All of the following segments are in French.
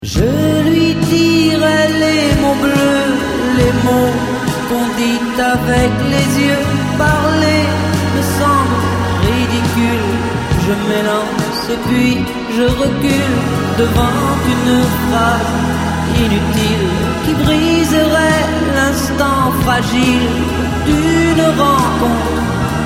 Je lui dirai les mots bleus, les mots qu'on dit avec les yeux. Parler me semble ridicule. Je m'élance et puis je recule devant une phrase inutile qui briserait l'instant fragile d'une rencontre.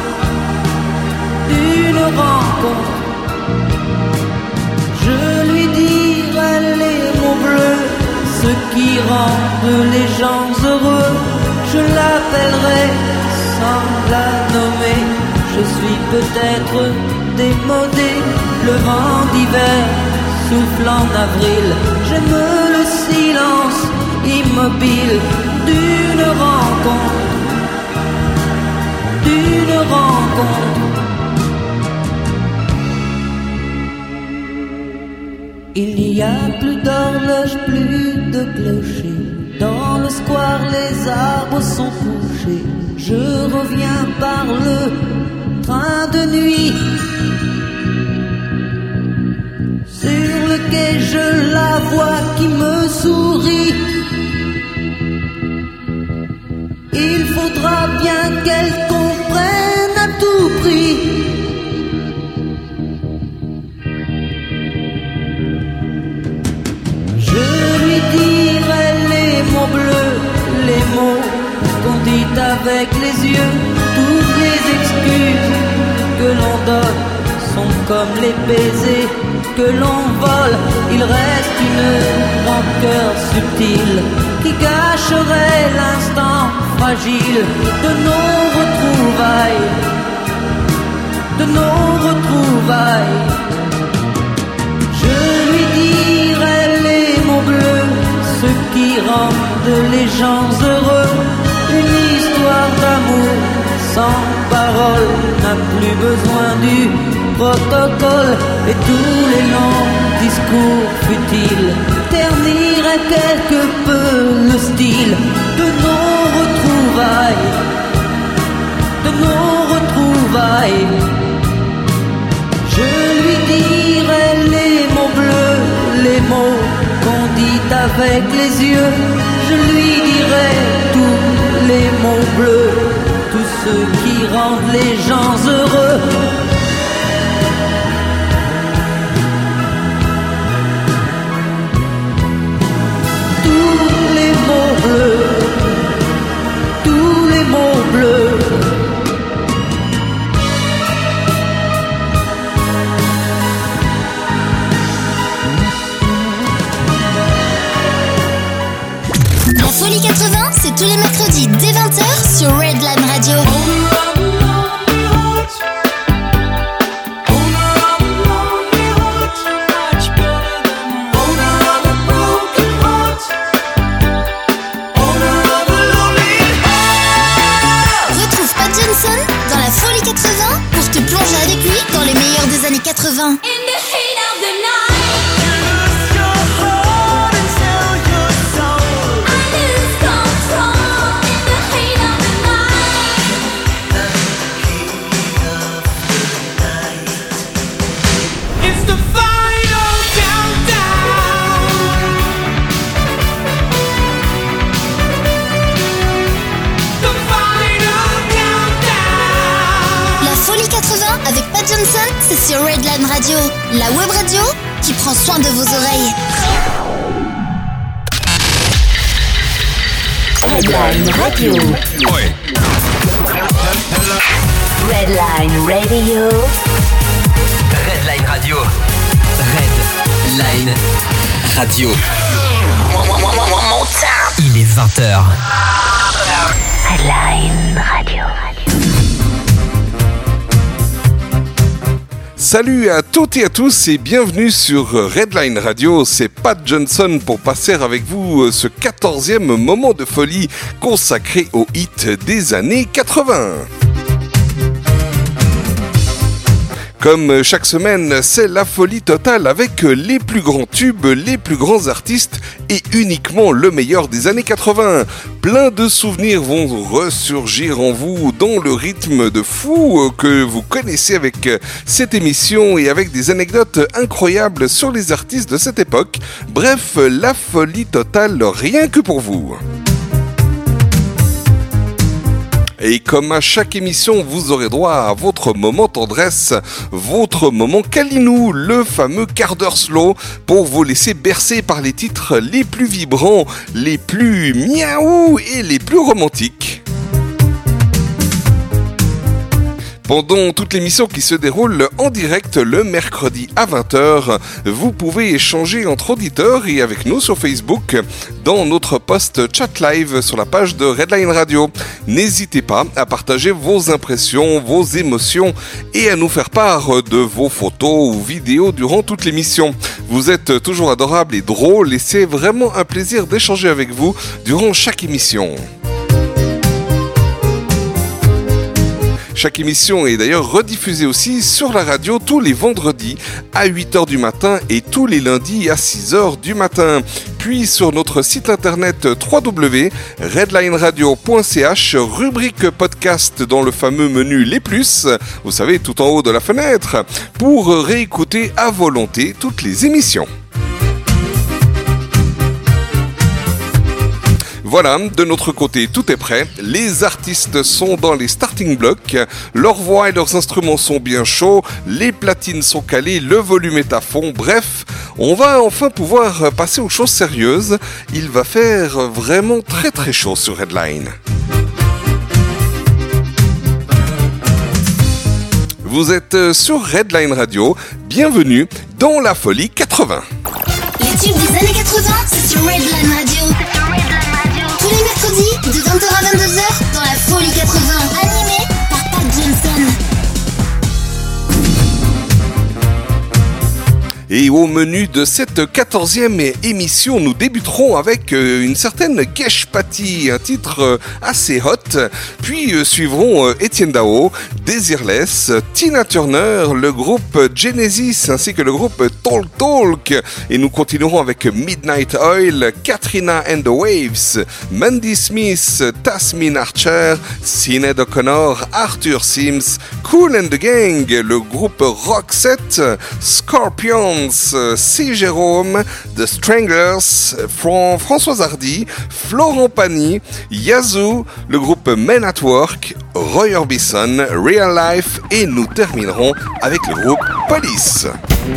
Je lui dirai les mots bleus, ce qui rendent les gens heureux. Je l'appellerai sans la nommer. Je suis peut-être démodé, le vent d'hiver souffle en avril. J'aime le silence immobile d'une rencontre. Il n'y a plus d'horloge, plus de clocher. Dans le square, les arbres sont couchés. Je reviens par le train de nuit. Sur le quai, je la vois qui me sourit. Il faudra bien qu'elle comprenne à tout prix. Je lui dirai les mots bleus, les mots qu'on dit avec les yeux. Toutes les excuses que l'on donne sont comme les baisers que l'on vole. Il reste une rancœur subtile qui gâcherait l'instant fragile de nos retrouvailles. Je lui dirai les mots bleus, ce qui rendent les gens heureux. Une histoire d'amour sans parole n'a plus besoin du protocole. Et tous les longs discours futiles terniraient quelque peu le style de nos retrouvailles. Je lui dirai les mots bleus, les mots qu'on dit avec les yeux. Je lui dirai tous les mots bleus, tous ceux qui rendent les gens heureux. Tous les mots bleus. La Folie 80, c'est tous les mercredis dès 20h sur Redline Radio. Retrouve Pat Johnson dans La Folie 80 pour te plonger avec lui dans les meilleurs des années 80. Avec Pat Johnson, c'est sur Redline Radio, la web radio qui prend soin de vos oreilles. Redline Radio. Ouais. Redline Radio. Redline Radio. Redline Radio. Il est 20h. Redline Radio. Salut à toutes et à tous et bienvenue sur Redline Radio, c'est Pat Johnson pour passer avec vous ce 14e moment de folie consacré aux hits des années 80. Comme chaque semaine, c'est la folie totale avec les plus grands tubes, les plus grands artistes et uniquement le meilleur des années 80. Plein de souvenirs vont ressurgir en vous dans le rythme de fou que vous connaissez avec cette émission et avec des anecdotes incroyables sur les artistes de cette époque. Bref, la folie totale rien que pour vous. Et comme à chaque émission, vous aurez droit à votre moment tendresse, votre moment câlinou, le fameux quart d'heure slow, pour vous laisser bercer par les titres les plus vibrants, les plus miaou et les plus romantiques. Pendant toute l'émission qui se déroule en direct le mercredi à 20h, vous pouvez échanger entre auditeurs et avec nous sur Facebook dans notre post chat live sur la page de Redline Radio. N'hésitez pas à partager vos impressions, vos émotions et à nous faire part de vos photos ou vidéos durant toute l'émission. Vous êtes toujours adorables et drôles et c'est vraiment un plaisir d'échanger avec vous durant chaque émission. Chaque émission est d'ailleurs rediffusée aussi sur la radio tous les vendredis à 8h du matin et tous les lundis à 6h du matin. Puis sur notre site internet www.redlineradio.ch, rubrique podcast dans le fameux menu Les Plus, vous savez, tout en haut de la fenêtre, pour réécouter à volonté toutes les émissions. Voilà, de notre côté, tout est prêt. Les artistes sont dans les starting blocks. Leurs voix et leurs instruments sont bien chauds. Les platines sont calées. Le volume est à fond. Bref, on va enfin pouvoir passer aux choses sérieuses. Il va faire vraiment très très chaud sur Redline. Vous êtes sur Redline Radio. Bienvenue dans la folie 80. Les tubes des années 80, c'est sur Redline Radio. Tous les mercredis, de 20h à 22h, dans la folie 80, animé par Pat Johnson. Et au menu de cette 14e émission, nous débuterons avec une certaine Gesh Patty, un titre assez hot. Puis suivront Etienne Dao, Desireless, Tina Turner, le groupe Genesis ainsi que le groupe Talk Talk. Et nous continuerons avec Midnight Oil, Katrina and the Waves, Mandy Smith, Tasmin Archer, Sinead O'Connor, Arthur Sims, Kool and the Gang, le groupe Roxette, Scorpions, C. Jérôme, The Stranglers, Françoise Hardy, Florent Pagny, Yazoo, le groupe Men at Work, Roy Orbison, Real Life et nous terminerons avec le groupe Police.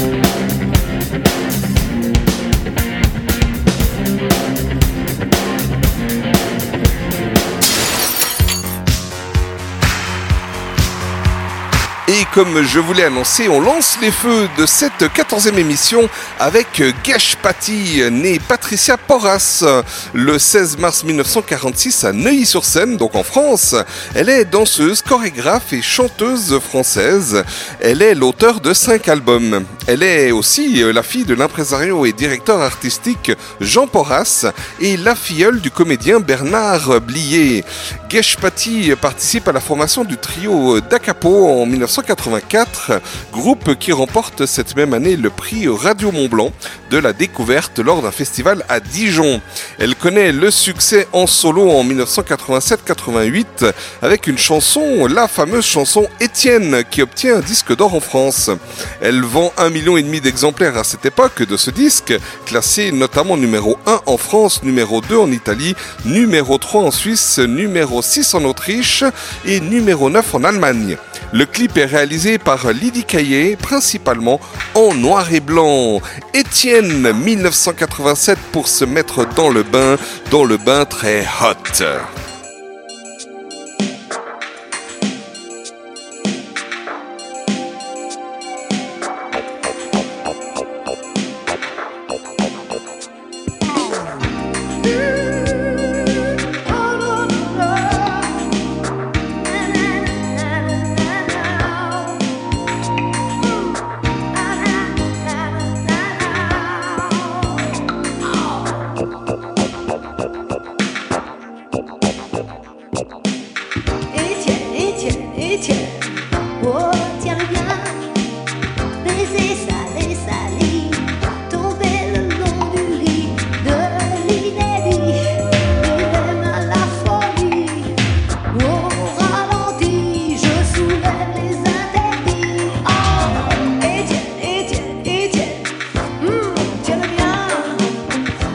Et comme je vous l'ai annoncé, on lance les feux de cette 14e émission avec Gesh Patty, née Patricia Porras, le 16 mars 1946 à Neuilly-sur-Seine, donc en France. Elle est danseuse, chorégraphe et chanteuse française. Elle est l'auteure de 5 albums. Elle est aussi la fille de l'impresario et directeur artistique Jean Porras et la filleule du comédien Bernard Blier. Gesh Patty participe à la formation du trio d'Acapo en 1984, groupe qui remporte cette même année le prix Radio Mont-Blanc de la découverte lors d'un festival à Dijon. Elle connaît le succès en solo en 1987-88 avec une chanson, la fameuse chanson Étienne, qui obtient un disque d'or en France. Elle vend 1,5 million d'exemplaires à cette époque de ce disque, classé notamment numéro 1 en France, numéro 2 en Italie, numéro 3 en Suisse, numéro 6 en Autriche et numéro 9 en Allemagne. Le clip est réalisé par Lydie Caillé, principalement en noir et blanc. Étienne, 1987, pour se mettre dans le bain très hot.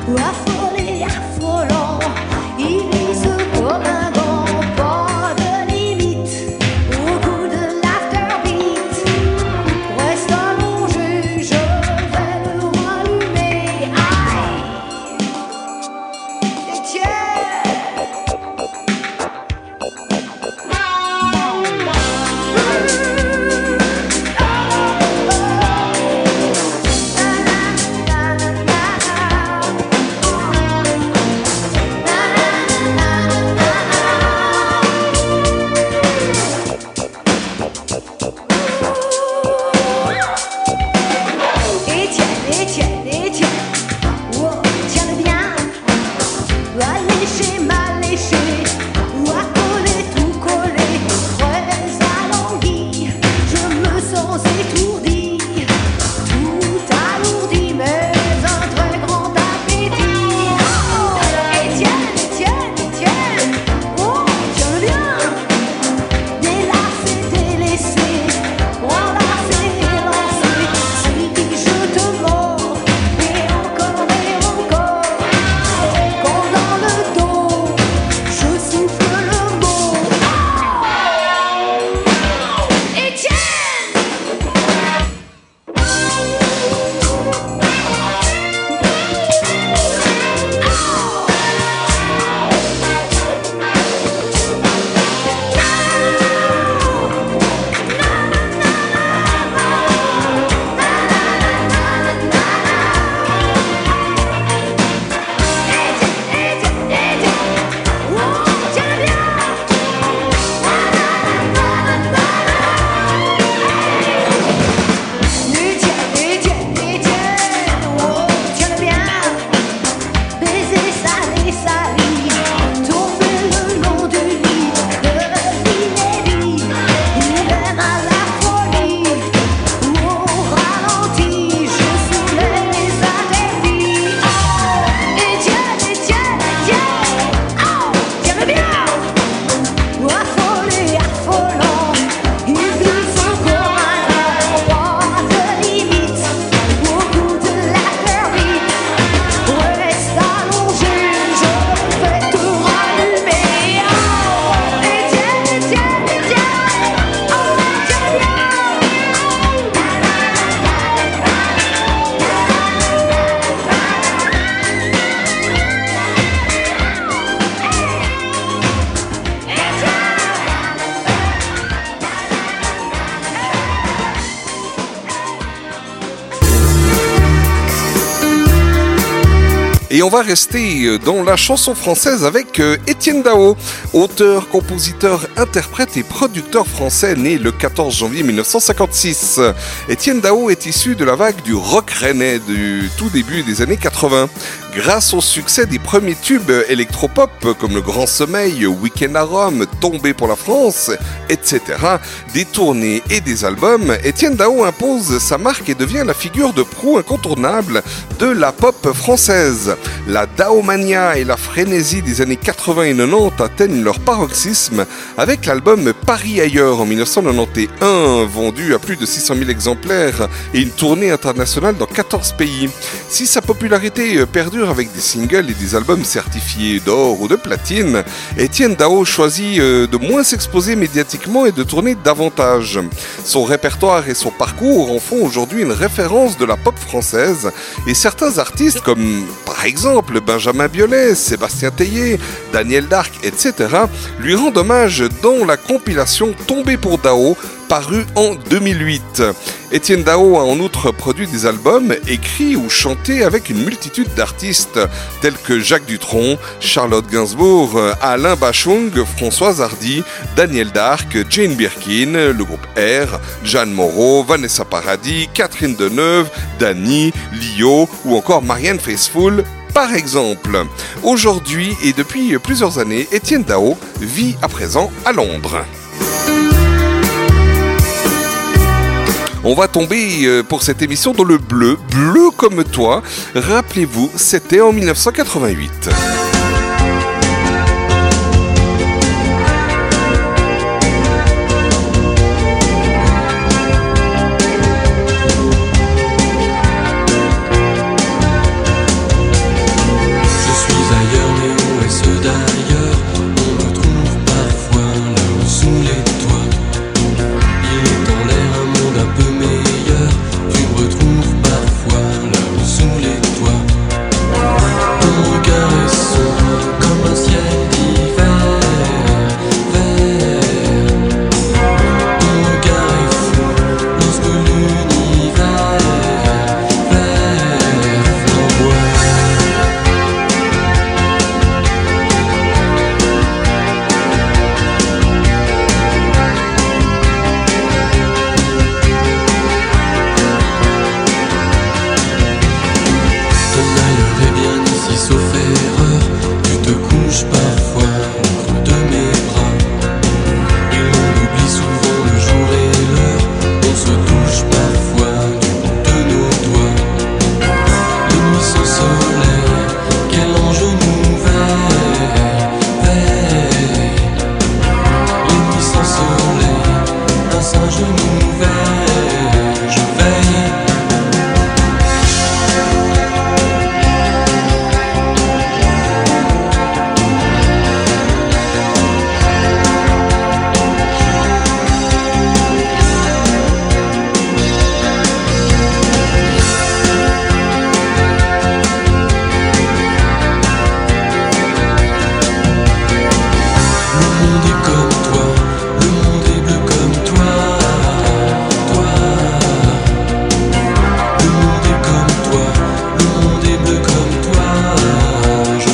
Et on va rester dans la chanson française avec Étienne Dao, auteur, compositeur, interprète et producteur français né le 14 janvier 1956. Étienne Dao est issu de la vague du rock rennais du tout début des années 80. Grâce au succès des premiers tubes électropop comme Le Grand Sommeil, Week-end à Rome, Tombé pour la France, etc., des tournées et des albums, Étienne Dao impose sa marque et devient la figure de proue incontournable de la pop française. La Daomania et la frénésie des années 80 et 90 atteignent leur paroxysme avec l'album Paris ailleurs en 1991, vendu à plus de 600 000 exemplaires et une tournée internationale dans 14 pays. Si sa popularité perdure avec des singles et des albums certifiés d'or ou de platine, Étienne Dao choisit de moins s'exposer médiatiquement et de tourner davantage. Son répertoire et son parcours en font aujourd'hui une référence de la pop française et certains artistes comme par exemple Benjamin Biolay, Sébastien Tellier, Daniel Darc, etc. lui rendent hommage dans la compilation Tombé pour Dao, paru en 2008. Étienne Dao a en outre produit des albums, écrits ou chantés avec une multitude d'artistes tels que Jacques Dutronc, Charlotte Gainsbourg, Alain Bachung, Françoise Hardy, Daniel Darc, Jane Birkin, le groupe R, Jeanne Moreau, Vanessa Paradis, Catherine Deneuve, Dany, Lio ou encore Marianne Faithfull, par exemple. Aujourd'hui et depuis plusieurs années, Étienne Dao vit à présent à Londres. On va tomber pour cette émission dans le bleu, bleu comme toi. Rappelez-vous, c'était en 1988.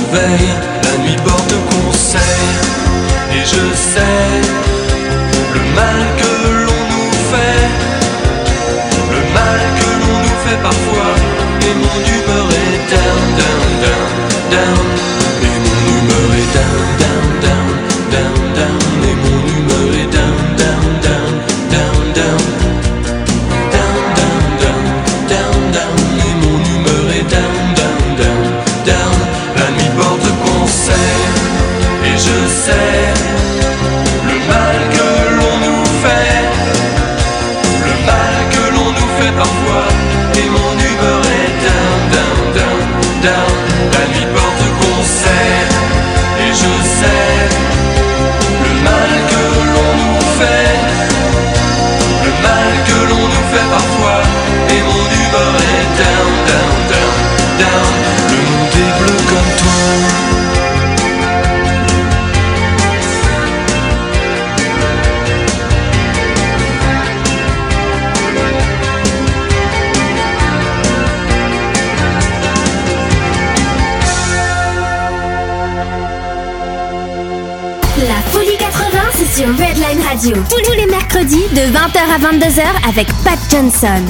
veille, la nuit porte conseil. Et je sais le mal que l'on nous fait, le mal que l'on nous fait parfois. Et mon humeur est down, down, down, down. Et mon humeur est down, down, down, down, down. Et mon humeur est down, down, down, down, down. Down, down, down, down, down. Et mon humeur est down, down, down, down. La nuit porte conseil. Et je sais le mal que l'on nous fait, le mal que l'on nous fait parfois. Et mon humeur est down, down, down, down. La nuit porte conseil. Et je sais le mal que l'on nous fait, le mal que l'on nous fait parfois. Et mon humeur est down, down, down, down. Le monde est bleu comme toi. La Folie 80, c'est sur Redline Radio. Tous les mercredis de 20h à 22h avec Pat Johnson.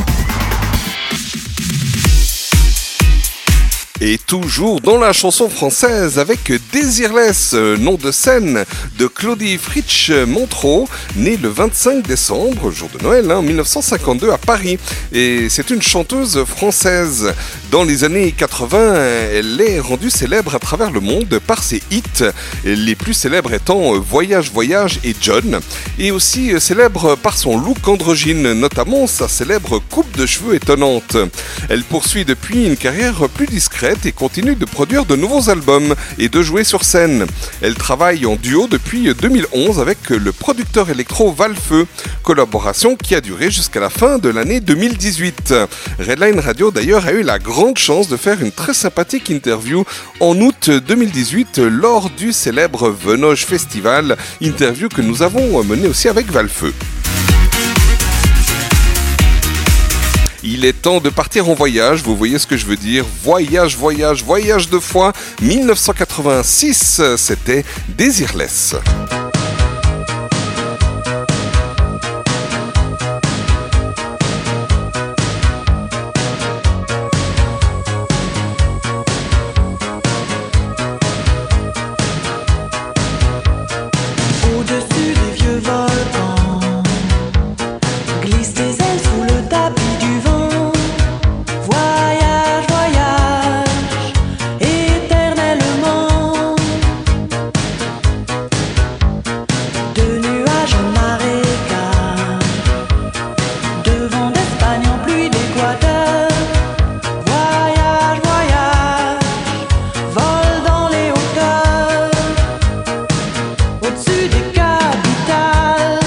Et toujours dans la chanson française avec Désirless, nom de scène de Claudie Fritsch Montreux, née le 25 décembre, jour de Noël, 1952 à Paris. Et c'est une chanteuse française. Dans les années 80, elle est rendue célèbre à travers le monde par ses hits, les plus célèbres étant Voyage, Voyage et John. Et aussi célèbre par son look androgyne, notamment sa célèbre coupe de cheveux étonnante. Elle poursuit depuis une carrière plus discrète et continue de produire de nouveaux albums et de jouer sur scène. Elle travaille en duo depuis 2011 avec le producteur électro Valfeu, collaboration qui a duré jusqu'à la fin de l'année 2018. Redline Radio d'ailleurs a eu la grande chance de faire une très sympathique interview en août 2018 lors du célèbre Venoge Festival, interview que nous avons menée aussi avec Valfeu. Il est temps de partir en voyage, vous voyez ce que je veux dire. Voyage, voyage, voyage 2 fois. 1986, c'était Désirless. Au-dessus des vieux volcans glissent des ailes sous le tapis du vent. Voyage, voyage, éternellement. De nuages en marécage, de vent d'Espagne en pluie d'Équateur. Voyage, voyage, vol dans les hauteurs. Au-dessus des capitales,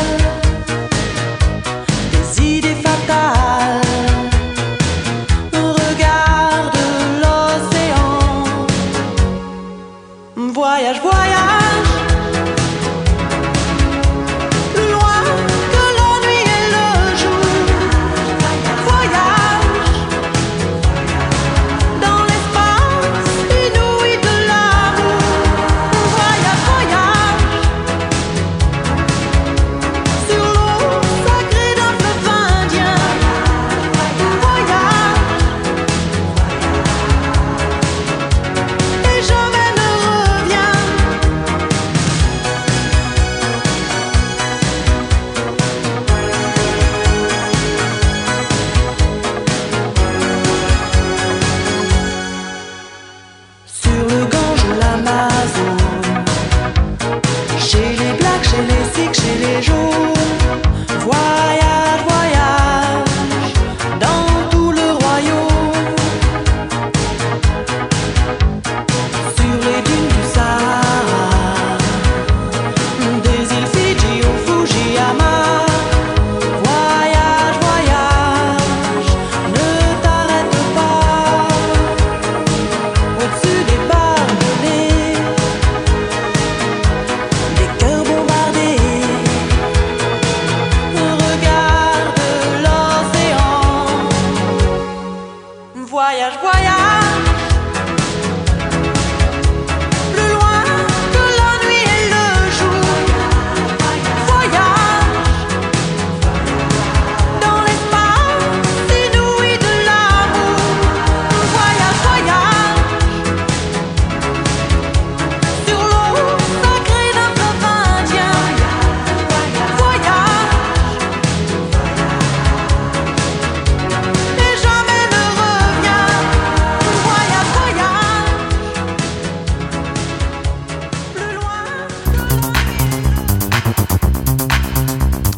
des idées fatales. Regarde l'océan. Voyage, voyage, plus loin que la nuit et le jour. Voyage, dans l'espace inouï de l'amour. Voyage, voyage, sur l'eau sacrée d'un fleuve indien. Voyage, et jamais ne reviens.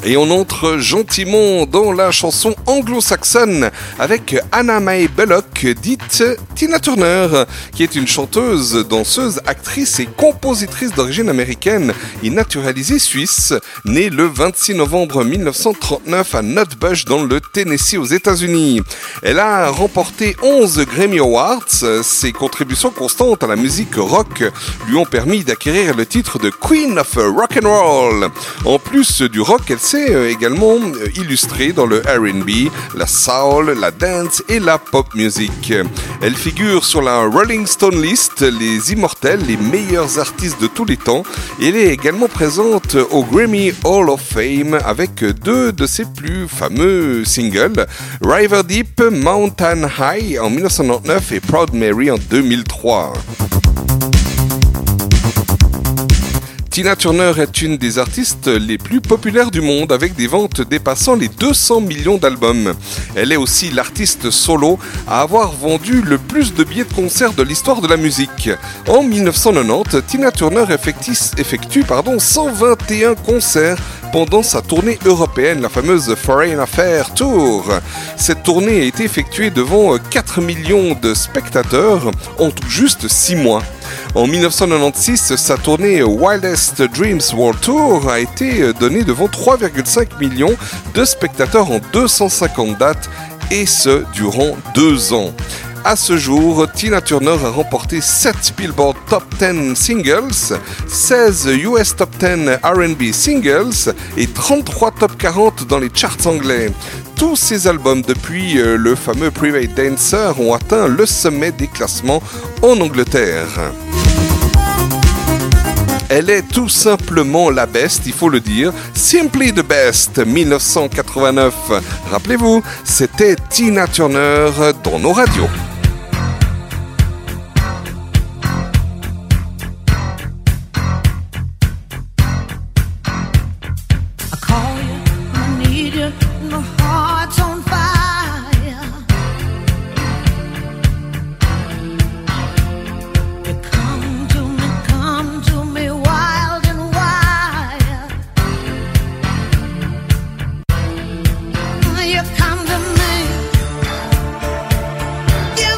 Et on entre gentiment dans la chanson anglo-saxonne avec Anna Mae Bullock, dite Tina Turner, qui est une chanteuse, danseuse, actrice et compositrice d'origine américaine et naturalisée suisse, née le 26 novembre 1939 à Nutbush dans le Tennessee aux États-Unis. Elle a remporté 11 Grammy Awards. Ses contributions constantes à la musique rock lui ont permis d'acquérir le titre de Queen of Rock and Roll. En plus du rock, elle s'est également illustrée dans le R&B, la soul, la dance et la pop music. Elle figure sur la Rolling Stone List, les immortels, les meilleurs artistes de tous les temps. Et elle est également présente au Grammy Hall of Fame avec 2 de ses plus fameux singles, River Deep, Mountain High en 1999 et Proud Mary en 2003. Tina Turner est une des artistes les plus populaires du monde avec des ventes dépassant les 200 millions d'albums. Elle est aussi l'artiste solo à avoir vendu le plus de billets de concert de l'histoire de la musique. En 1990, Tina Turner effectue 121 concerts pendant sa tournée européenne, la fameuse Foreign Affair Tour. Cette tournée a été effectuée devant 4 millions de spectateurs en tout juste 6 mois. En 1996, sa tournée Wildest Dreams World Tour a été donnée devant 3,5 millions de spectateurs en 250 dates, et ce durant 2 ans. À ce jour, Tina Turner a remporté 7 Billboard Top 10 Singles, 16 US Top 10 R&B Singles et 33 Top 40 dans les charts anglais. Tous ses albums depuis le fameux Private Dancer ont atteint le sommet des classements en Angleterre. Elle est tout simplement la best, il faut le dire. Simply the Best, 1989. Rappelez-vous, c'était Tina Turner dans nos radios. You come to me.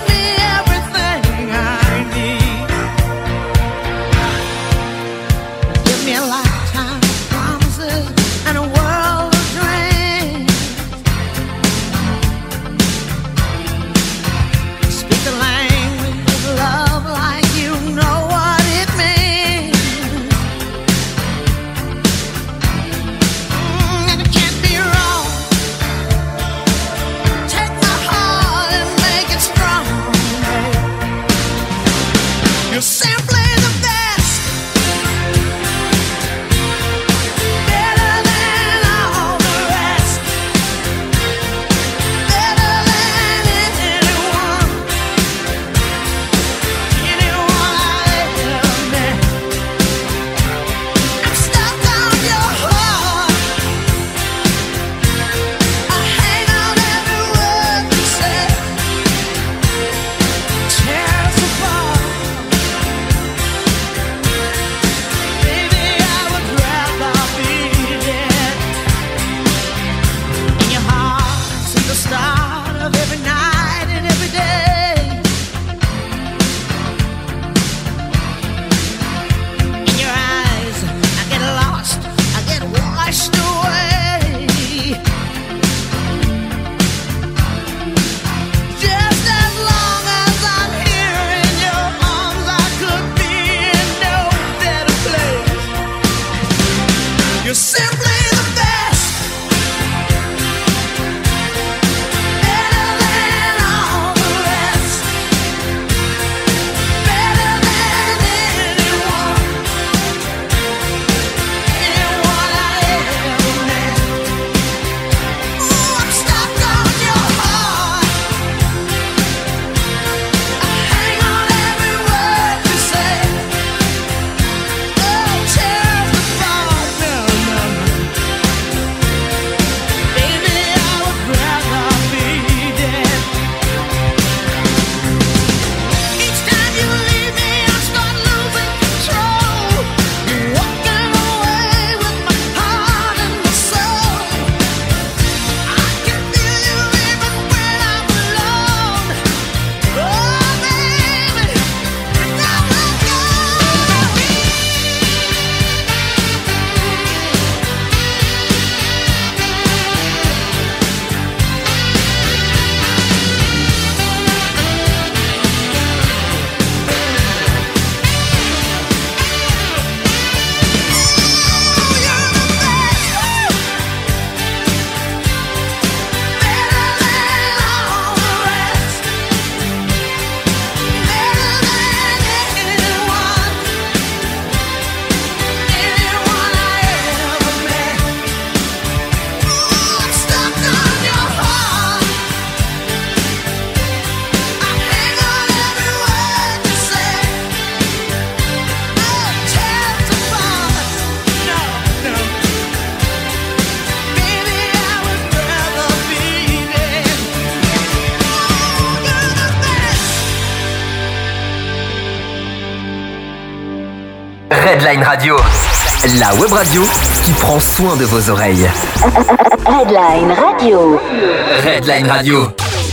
Redline Radio, la web radio qui prend soin de vos oreilles. Redline Radio. Redline Radio.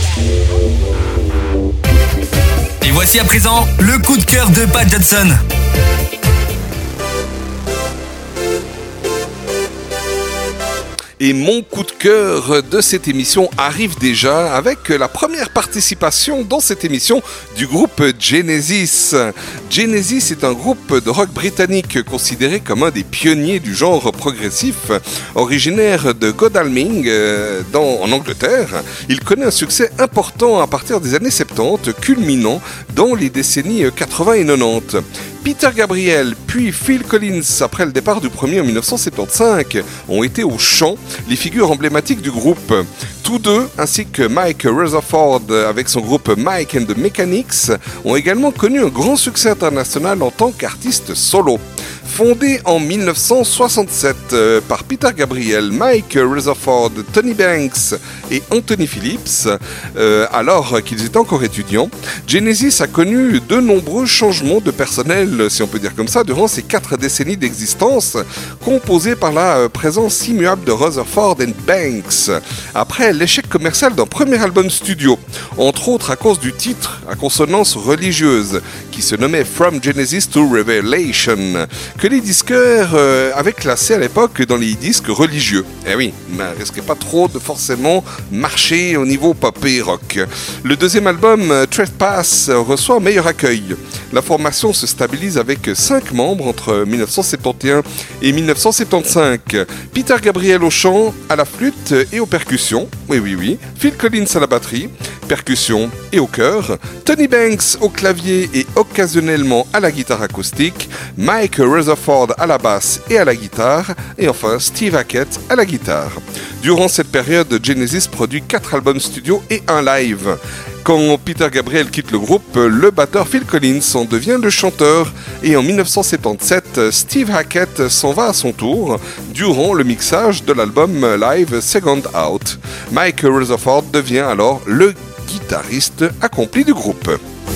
Et voici à présent le coup de cœur de Pat Johnson. Et mon coup de cœur de cette émission arrive déjà avec la première participation dans cette émission du groupe Genesis. Genesis est un groupe de rock britannique considéré comme un des pionniers du genre progressif, originaire de Godalming en Angleterre. Il connaît un succès important à partir des années 70, culminant dans les décennies 80 et 90. Peter Gabriel puis Phil Collins, après le départ du premier en 1975, ont été au chant les figures emblématiques du groupe. Tous deux, ainsi que Mike Rutherford avec son groupe Mike and the Mechanics, ont également connu un grand succès international en tant qu'artistes solo. Fondé en 1967 par Peter Gabriel, Mike Rutherford, Tony Banks et Anthony Phillips, alors qu'ils étaient encore étudiants, Genesis a connu de nombreux changements de personnel, si on peut dire comme ça, durant ces 4 décennies d'existence, composées par la présence immuable de Rutherford et Banks. Après l'échec commercial d'un premier album studio, entre autres à cause du titre à consonance religieuse, qui se nommait From Genesis to Revelation, que les disqueurs avaient classé à l'époque dans les disques religieux. Eh oui, mais risquait pas trop de forcément marcher au niveau pop et rock. Le deuxième album, Trespass, reçoit un meilleur accueil. La formation se stabilise avec 5 membres entre 1971 et 1975. Peter Gabriel au chant, à la flûte et aux percussions. Oui. Phil Collins à la batterie, percussion et au chœur. Tony Banks au clavier et occasionnellement à la guitare acoustique. Mike Rutherford à la basse et à la guitare. Et enfin Steve Hackett à la guitare. Durant cette période, Genesis produit 4 albums studio et un live. Quand Peter Gabriel quitte le groupe, le batteur Phil Collins en devient le chanteur et en 1977, Steve Hackett s'en va à son tour durant le mixage de l'album live Second Out. Mike Rutherford devient alors le guitariste accompli du groupe.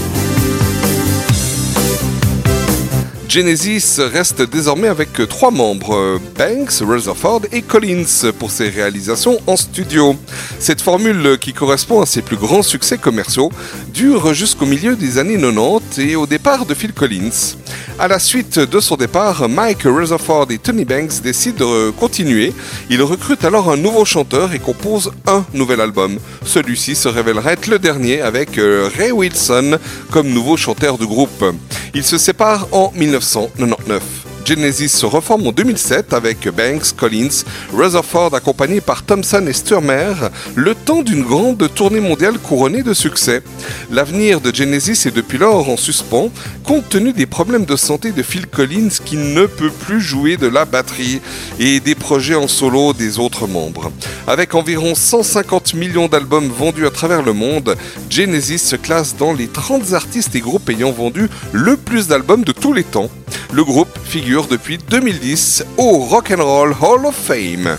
Genesis reste désormais avec 3 membres, Banks, Rutherford et Collins, pour ses réalisations en studio. Cette formule, qui correspond à ses plus grands succès commerciaux, dure jusqu'au milieu des années 90 et au départ de Phil Collins. À la suite de son départ, Mike Rutherford et Tony Banks décident de continuer. Ils recrutent alors un nouveau chanteur et composent un nouvel album. Celui-ci se révélera être le dernier avec Ray Wilson comme nouveau chanteur du groupe. Ils se séparent en 1999. Genesis se reforme en 2007 avec Banks, Collins, Rutherford accompagné par Thompson et Sturmer, le temps d'une grande tournée mondiale couronnée de succès. L'avenir de Genesis est depuis lors en suspens, compte tenu des problèmes de santé de Phil Collins qui ne peut plus jouer de la batterie et des projets en solo des autres membres. Avec environ 150 millions d'albums vendus à travers le monde, Genesis se classe dans les 30 artistes et groupes ayant vendu le plus d'albums de tous les temps. Le groupe figure depuis 2010 au Rock'n'Roll Hall of Fame.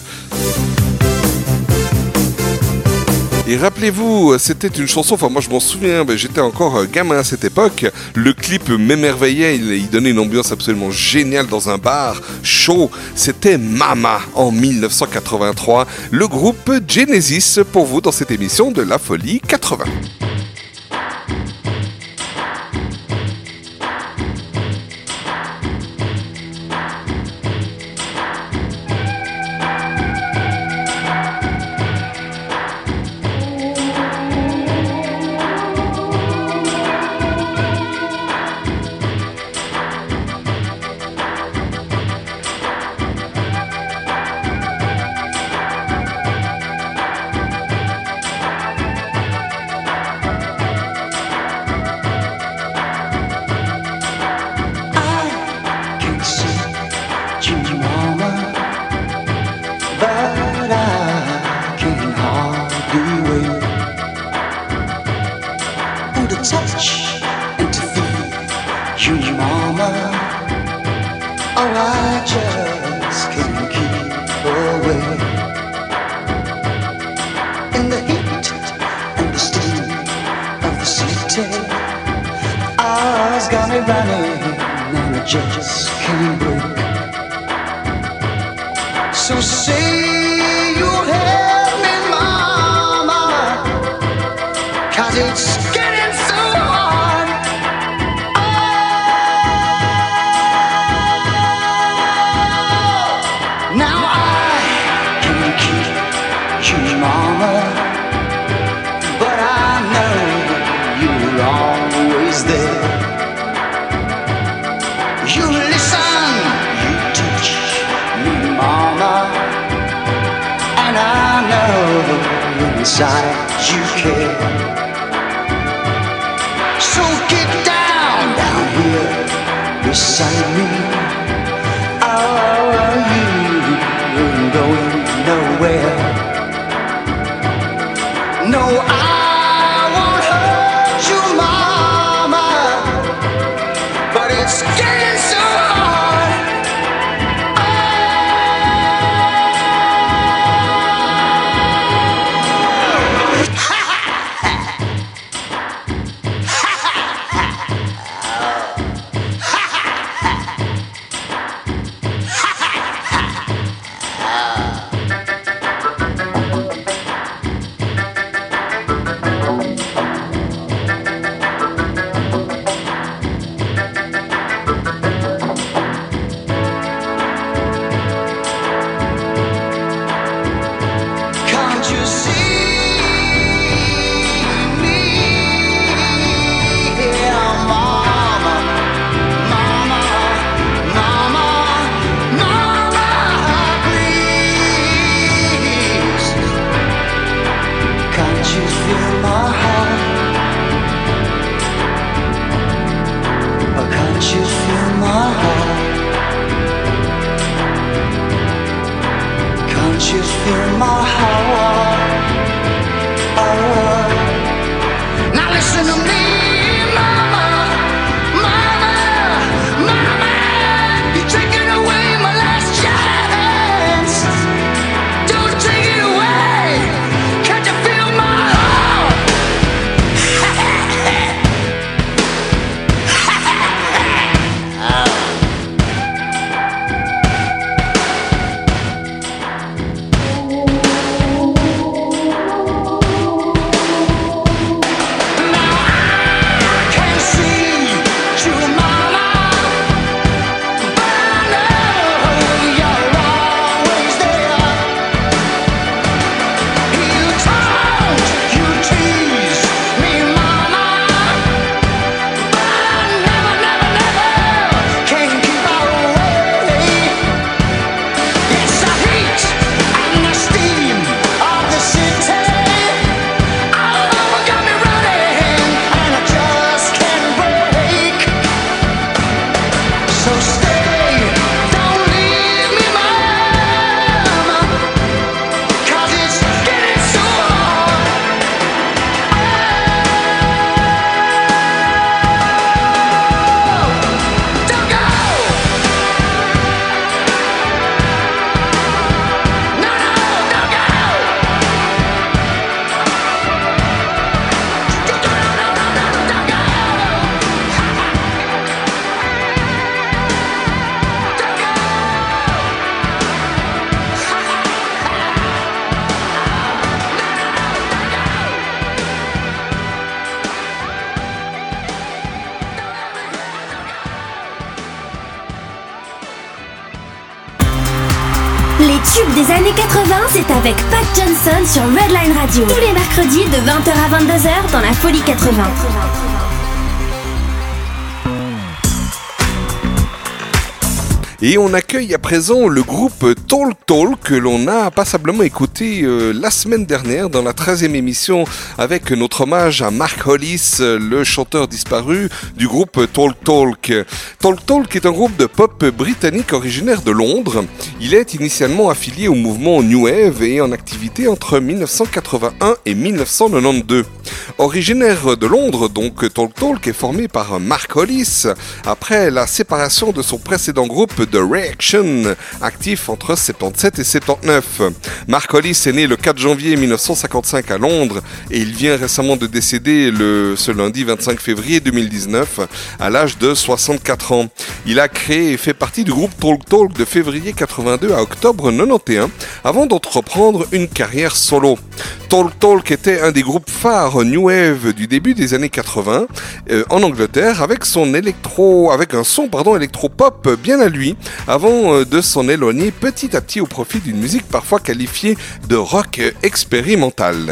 Et rappelez-vous, c'était une chanson, moi je m'en souviens, j'étais encore gamin à cette époque, le clip m'émerveillait, il donnait une ambiance absolument géniale dans un bar chaud, c'était Mama en 1983, le groupe Genesis pour vous dans cette émission de La Folie 80. Got me running and I just can't break. So say you'll help me, mama, 'cause it's getting so hard. Oh, now I can keep you, mama, but I know you're always there. You listen, you teach me, mama, and I know inside you care. So get down here beside me. Oh, you ain't going nowhere. No, I won't hurt you, mama, but it's getting so hard. Can't you see me here, mama, mama, mama, mama, please? Can't you feel my heart? Or can't you feel my heart? Can't you feel my heart? Oh. Now listen to me, mama, mama, mama. You're taking away my last chance. Don't take it away. Can't you feel my heart? Les tubes des années 80, c'est avec Pat Johnson sur Redline Radio. Tous les mercredis de 20h à 22h dans la Folie 80. Et on accueille à présent le groupe Talk Talk que l'on a passablement écouté la semaine dernière dans la 13e émission avec notre hommage à Mark Hollis, le chanteur disparu du groupe Talk Talk. Talk Talk est un groupe de pop britannique originaire de Londres. Il est initialement affilié au mouvement New Wave et en activité entre 1981 et 1992. Originaire de Londres, donc Talk Talk est formé par Mark Hollis après la séparation de son précédent groupe The Reaction, actif entre 77 et 79. Mark Hollis est né le 4 janvier 1955 à Londres et il vient récemment de décéder ce lundi 25 février 2019 à l'âge de 64 ans. Il a créé et fait partie du groupe Talk Talk de février 82 à octobre 91 avant d'entreprendre une carrière solo. Talk Talk était un des groupes phares New Wave du début des années 80 en Angleterre avec un son électro-pop bien à lui avant de s'en éloigner petit à petit au profit d'une musique parfois qualifiée de rock expérimental.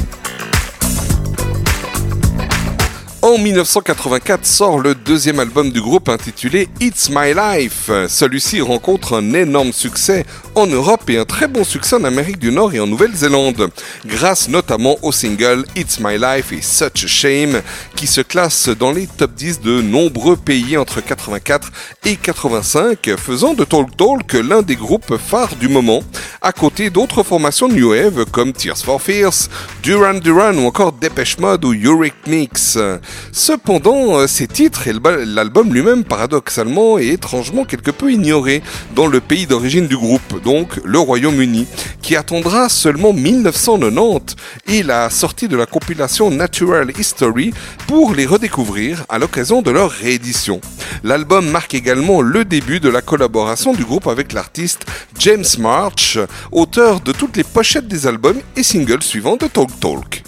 En 1984 sort le deuxième album du groupe intitulé It's My Life. Celui-ci rencontre un énorme succès en Europe et un très bon succès en Amérique du Nord et en Nouvelle-Zélande, grâce notamment au single It's My Life et Such a Shame, qui se classe dans les top 10 de nombreux pays entre 84 et 85, faisant de Talk Talk l'un des groupes phares du moment, à côté d'autres formations New Wave comme Tears for Fears, Duran Duran ou encore Depeche Mode ou Eurythmics. Cependant, ces titres et l'album lui-même, paradoxalement et étrangement quelque peu ignorés dans le pays d'origine du groupe, donc le Royaume-Uni, qui attendra seulement 1990 et la sortie de la compilation Natural History pour les redécouvrir à l'occasion de leur réédition. L'album marque également le début de la collaboration du groupe avec l'artiste James March, auteur de toutes les pochettes des albums et singles suivants de Talk Talk.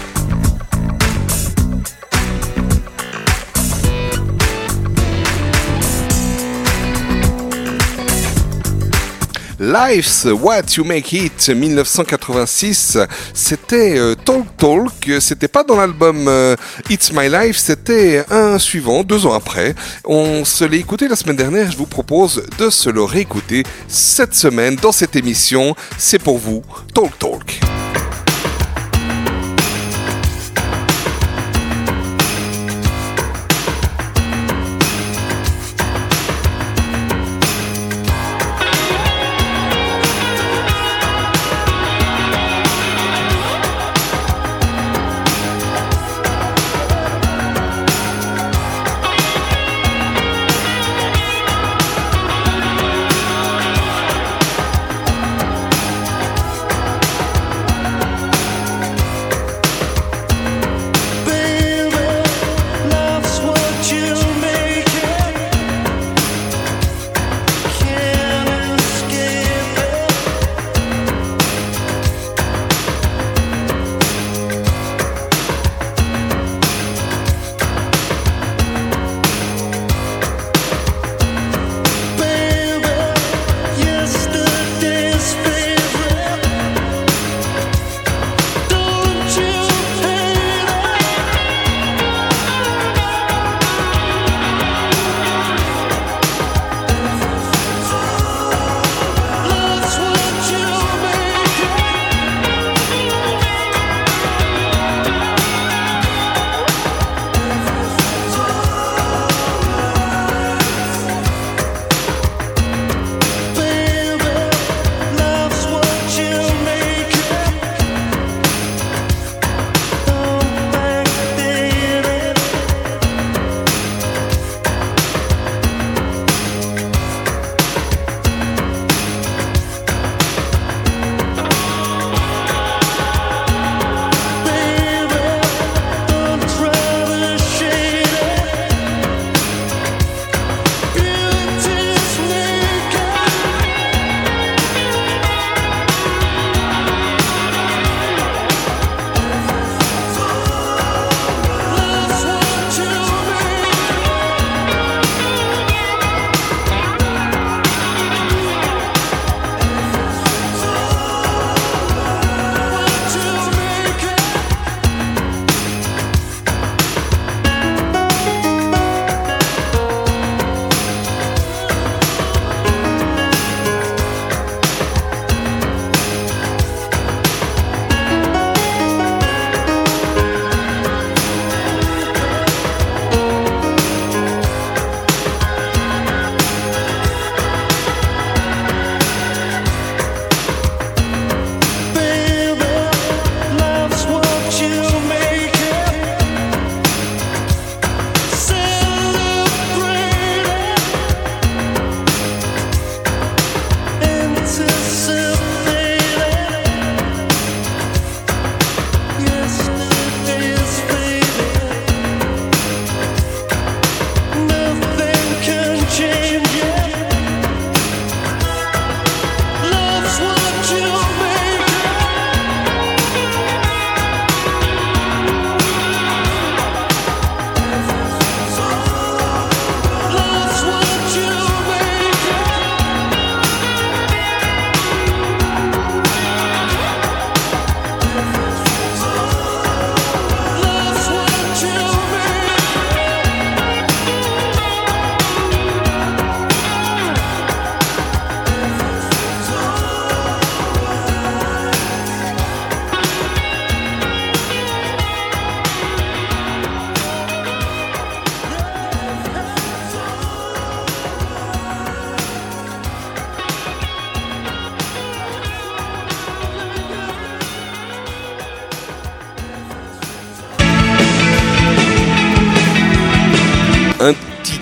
Life's What You Make It 1986, c'était Talk Talk, c'était pas dans l'album It's My Life, c'était un suivant, 2 ans après. On se l'est écouté la semaine dernière, je vous propose de se le réécouter cette semaine dans cette émission. C'est pour vous, Talk Talk.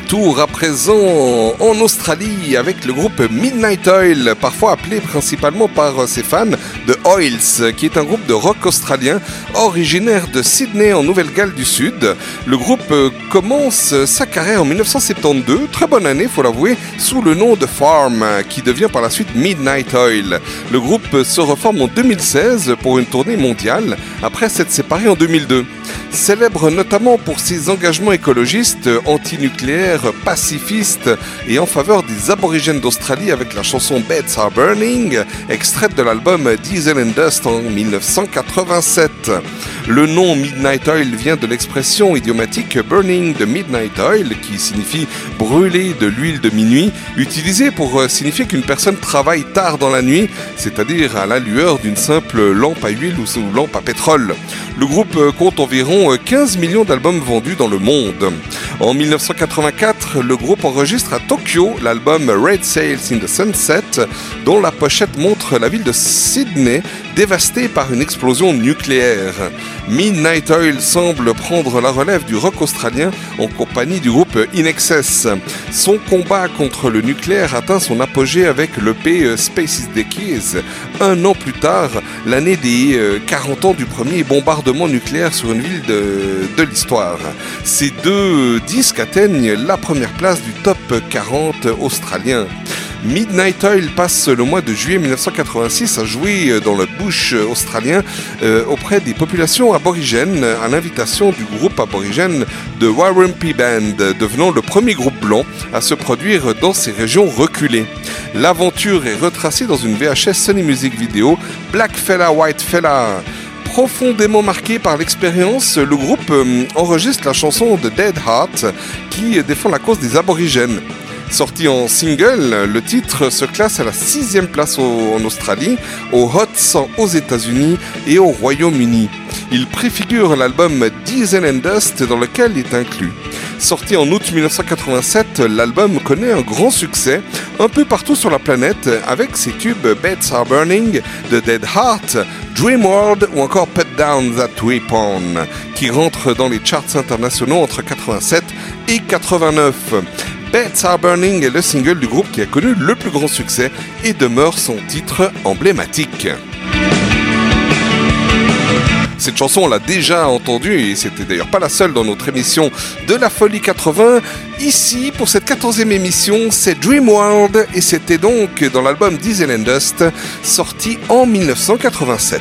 Retour à présent en Australie avec le groupe Midnight Oil, parfois appelé principalement par ses fans de Oils, qui est un groupe de rock australien originaire de Sydney en Nouvelle-Galles du Sud. Le groupe commence sa carrière en 1972, très bonne année faut l'avouer, sous le nom de Farm, qui devient par la suite Midnight Oil. Le groupe se reforme en 2016 pour une tournée mondiale, après s'être séparé en 2002. Célèbre notamment pour ses engagements écologistes, antinucléaires, pacifistes et en faveur des aborigènes d'Australie avec la chanson Beds Are Burning, extraite de l'album Diesel and Dust en 1987. Le nom Midnight Oil vient de l'expression idiomatique Burning de Midnight Oil, qui signifie brûler de l'huile de minuit, utilisée pour signifier qu'une personne travaille tard dans la nuit, c'est-à-dire à la lueur d'une simple lampe à huile ou lampe à pétrole. Le groupe compte environ 15 millions d'albums vendus dans le monde. En 1984, le groupe enregistre à Tokyo l'album Red Sails in the Sunset, dont la pochette montre la ville de Sydney dévastée par une explosion nucléaire. Midnight Oil semble prendre la relève du rock australien en compagnie du groupe In Excess. Son combat contre le nucléaire atteint son apogée avec l'EP Space is the Keys, un an plus tard, l'année des 40 ans du premier bombardement nucléaire sur une ville de l'histoire. Ces deux disques atteignent la première place du top 40 australien. Midnight Oil passe le mois de juillet 1986 à jouer dans le bush australien auprès des populations aborigènes à l'invitation du groupe aborigène de Warumpi Band, devenant le premier groupe blanc à se produire dans ces régions reculées. L'aventure est retracée dans une VHS Sony Music Video, Black Fella White Fella. Profondément marqué par l'expérience, le groupe enregistre la chanson de Dead Heart qui défend la cause des aborigènes. Sorti en single, le titre se classe à la 6e place en Australie, au Hot 100 aux États-Unis et au Royaume-Uni. Il préfigure l'album Diesel and Dust dans lequel il est inclus. Sorti en août 1987, l'album connaît un grand succès un peu partout sur la planète avec ses tubes Beds Are Burning, The Dead Heart, Dream World ou encore Put Down That Weapon, qui rentrent dans les charts internationaux entre 87 et 89. Beds Are Burning est le single du groupe qui a connu le plus grand succès et demeure son titre emblématique. Cette chanson, on l'a déjà entendue et c'était d'ailleurs pas la seule dans notre émission de la Folie 80. Ici, pour cette 14e émission, c'est Dream World et c'était donc dans l'album Diesel and Dust, sorti en 1987.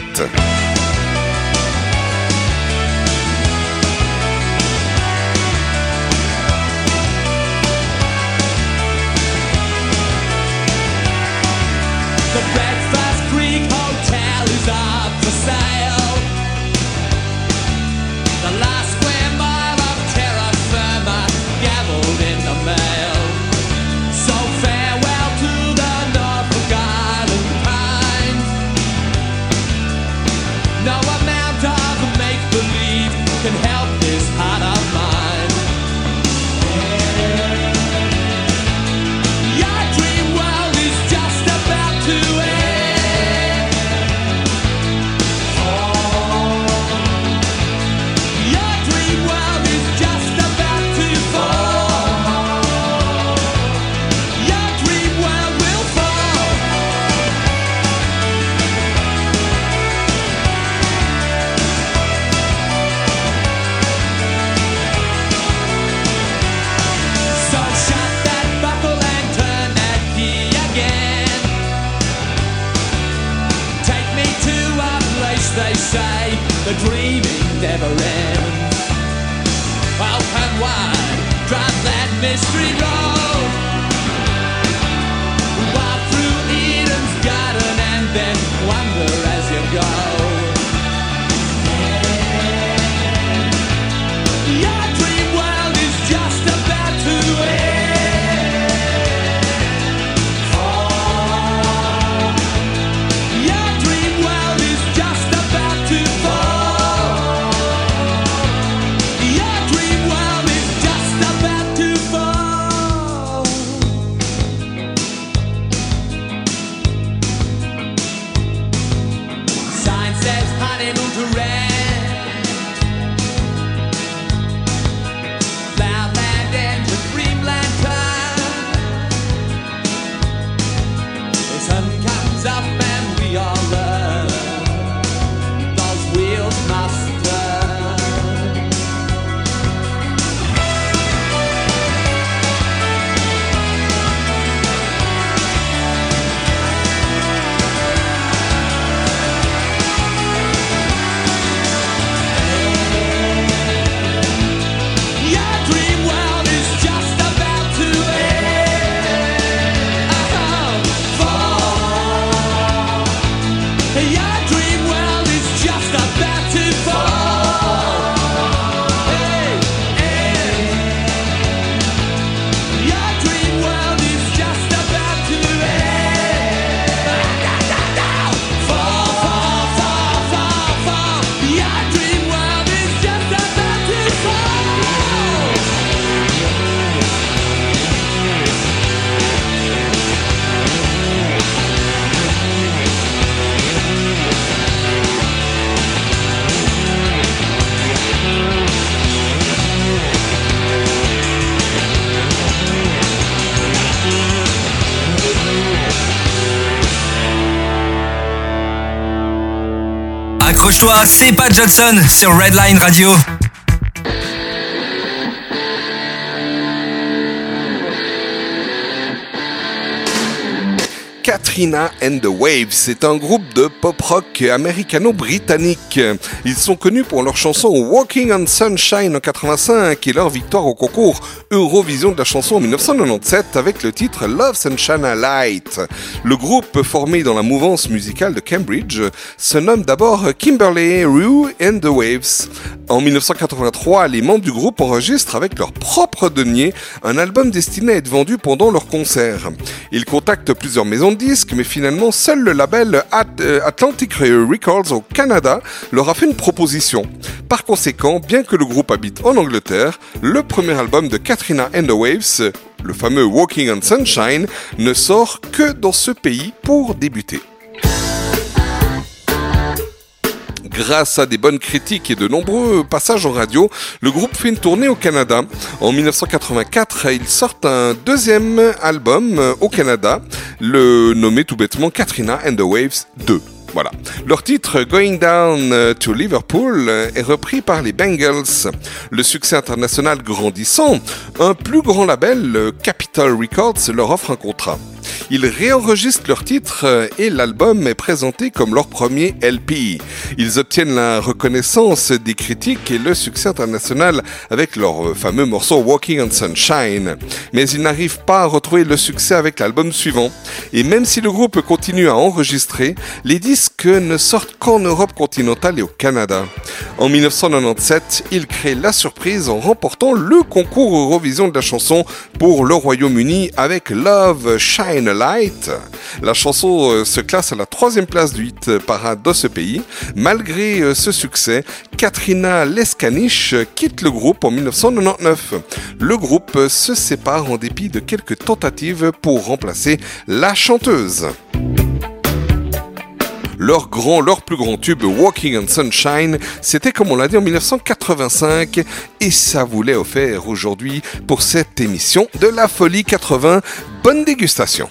accroche-toi, c'est Pat Johnson sur Redline Radio. Katrina and the Waves, c'est un groupe de pop-rock américano-britannique. Ils sont connus pour leur chanson Walking on Sunshine en 85 et leur victoire au concours Eurovision de la chanson en 1997 avec le titre Love Sunshine and Light. Le groupe, formé dans la mouvance musicale de Cambridge, se nomme d'abord Kimberley Rue and the Waves. En 1983, les membres du groupe enregistrent avec leur propre denier un album destiné à être vendu pendant leur concert. Ils contactent plusieurs maisons de disques, mais finalement, seul le label Atlantic Records au Canada leur a fait une proposition. Par conséquent, bien que le groupe habite en Angleterre, le premier album de Katrina and the Waves, le fameux Walking on Sunshine, ne sort que dans ce pays pour débuter. Grâce à des bonnes critiques et de nombreux passages en radio, le groupe fait une tournée au Canada. En 1984, ils sortent un deuxième album au Canada, le nommé tout bêtement Katrina and the Waves 2. Voilà. Leur titre Going Down to Liverpool est repris par les Bangles. Le succès international grandissant, un plus grand label, Capitol Records, leur offre un contrat. Ils réenregistrent leur titre et l'album est présenté comme leur premier LP. Ils obtiennent la reconnaissance des critiques et le succès international avec leur fameux morceau Walking on Sunshine. Mais ils n'arrivent pas à retrouver le succès avec l'album suivant. Et même si le groupe continue à enregistrer, les disques ne sortent qu'en Europe continentale et au Canada. En 1997, ils créent la surprise en remportant le concours Eurovision de la chanson pour le Royaume-Uni avec Love Shine a Light. La chanson se classe à la 3e place du hit parade de ce pays. Malgré ce succès, Katrina Leskanich quitte le groupe en 1999. Le groupe se sépare en dépit de quelques tentatives pour remplacer la chanteuse. Leur plus grand tube, Walking on Sunshine, c'était comme on l'a dit en 1985 et ça vous l'est offert aujourd'hui pour cette émission de la Folie 80. Bonne dégustation.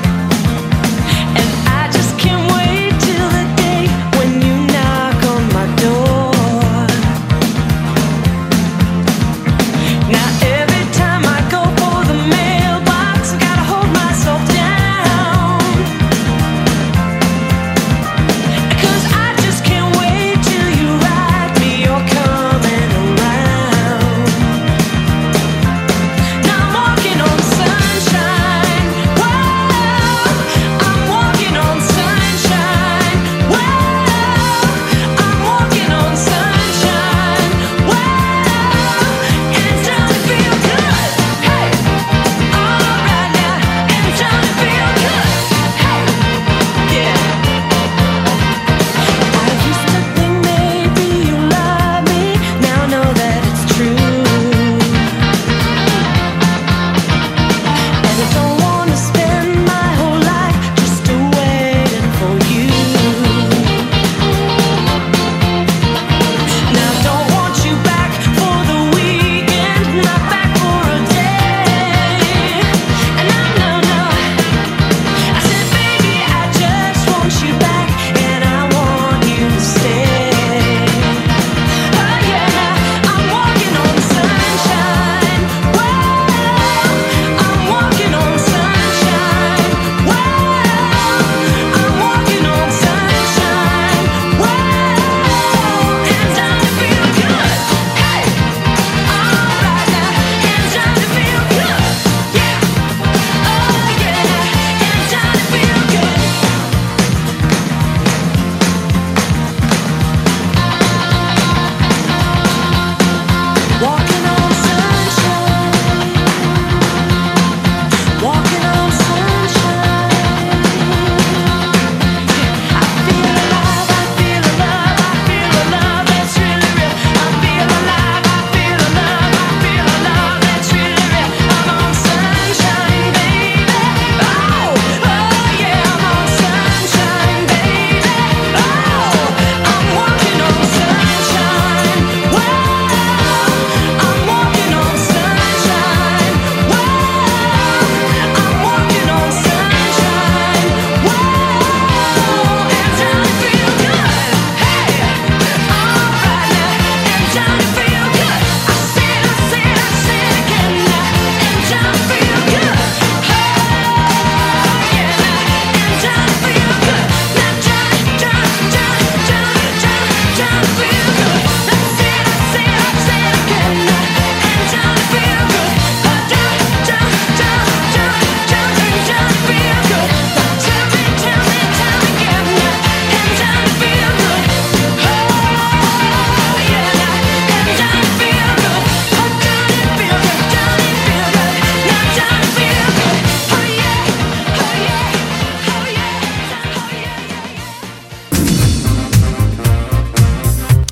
And I just can't wait till the day when you knock on my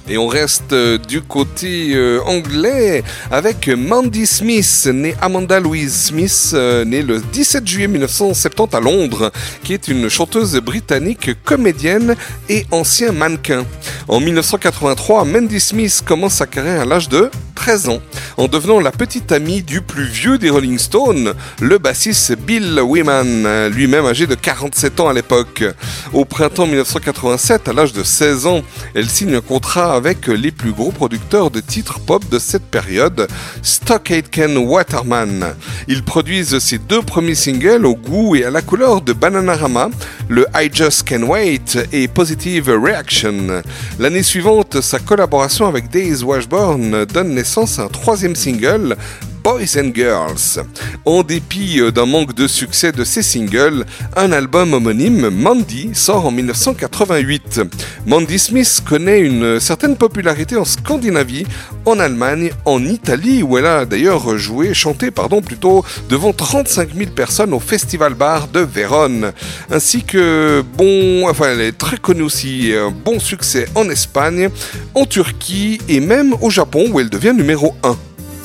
Et on reste du côté anglais avec Mandy Smith, née Amanda Louise Smith, née le 17 juillet 1970 à Londres, qui est une chanteuse britannique, comédienne et ancien mannequin. En 1983, Mandy Smith commence sa carrière à l'âge de 13 ans, en devenant la petite amie du plus vieux des Rolling Stones, le bassiste Bill Wyman, lui-même âgé de 47 ans à l'époque. Au printemps 1987, à l'âge de 16 ans, elle signe un contrat avec les plus gros producteurs de titres pop de cette période, Stock Aitken Waterman. Ils produisent ses deux premiers singles au goût et à la couleur de Bananarama, le I Just Can't Wait et Positive Reaction. L'année suivante, sa collaboration avec Days Washburn donne naissance à un troisième single, Boys and Girls. En dépit d'un manque de succès de ces singles, un album homonyme, Mandy, sort en 1988. Mandy Smith connaît une certaine popularité en Scandinavie, en Allemagne, en Italie, où elle a d'ailleurs chanté devant 35 000 personnes au Festival Bar de Vérone. Ainsi que, elle est très connue aussi, un bon succès en Espagne, en Turquie et même au Japon, où elle devient numéro 1.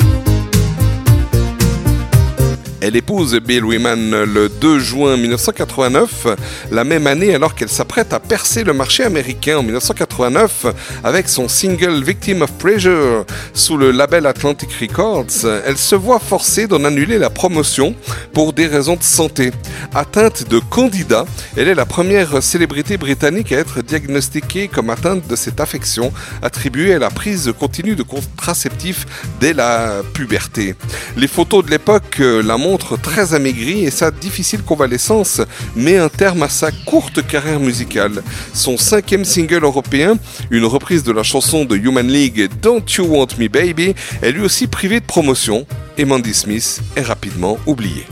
Elle épouse Bill Wyman le 2 juin 1989, la même année alors qu'elle s'apprête à percer le marché américain en 1989 avec son single Victim of Pressure sous le label Atlantic Records. Elle se voit forcée d'en annuler la promotion pour des raisons de santé. Atteinte de candida, elle est la première célébrité britannique à être diagnostiquée comme atteinte de cette affection attribuée à la prise continue de contraceptifs dès la puberté. Les photos de l'époque la montrent très amaigrie et sa difficile convalescence met un terme à sa courte carrière musicale. Son 5e single européen, une reprise de la chanson de Human League Don't You Want Me Baby, est lui aussi privé de promotion et Mandy Smith est rapidement oubliée.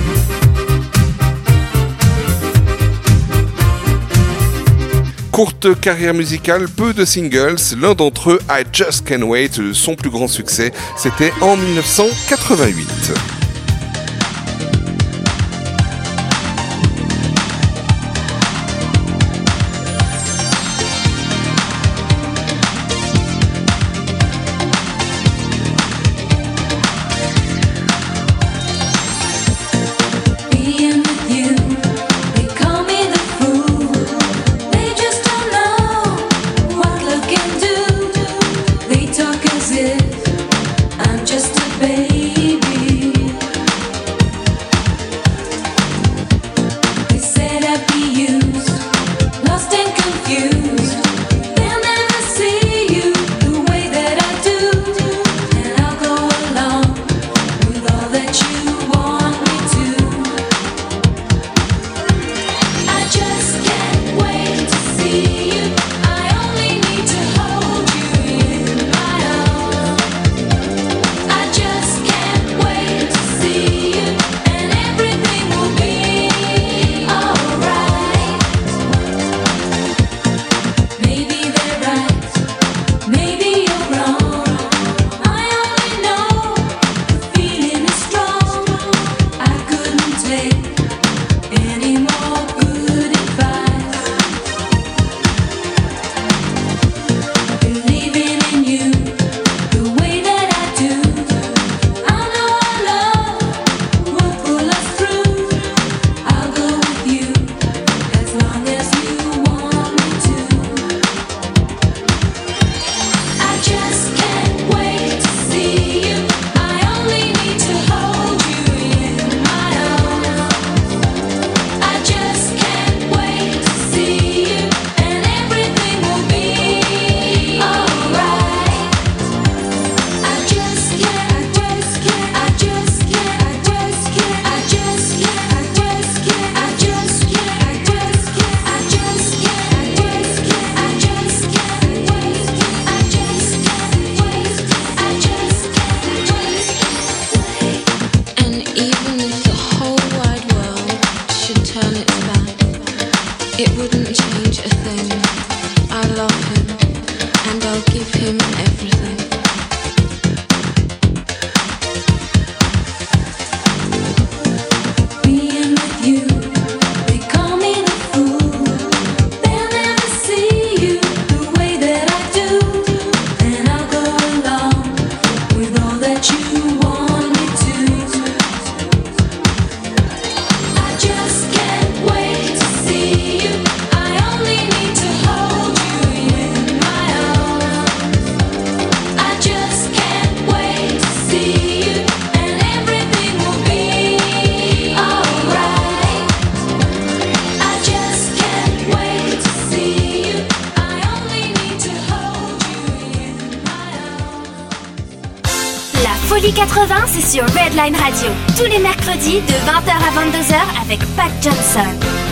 Courte carrière musicale, peu de singles, l'un d'entre eux, I Just Can't Wait, son plus grand succès, c'était en 1988. Folie 80, c'est sur Redline Radio. Tous les mercredis de 20h à 22h avec Pat Johnson.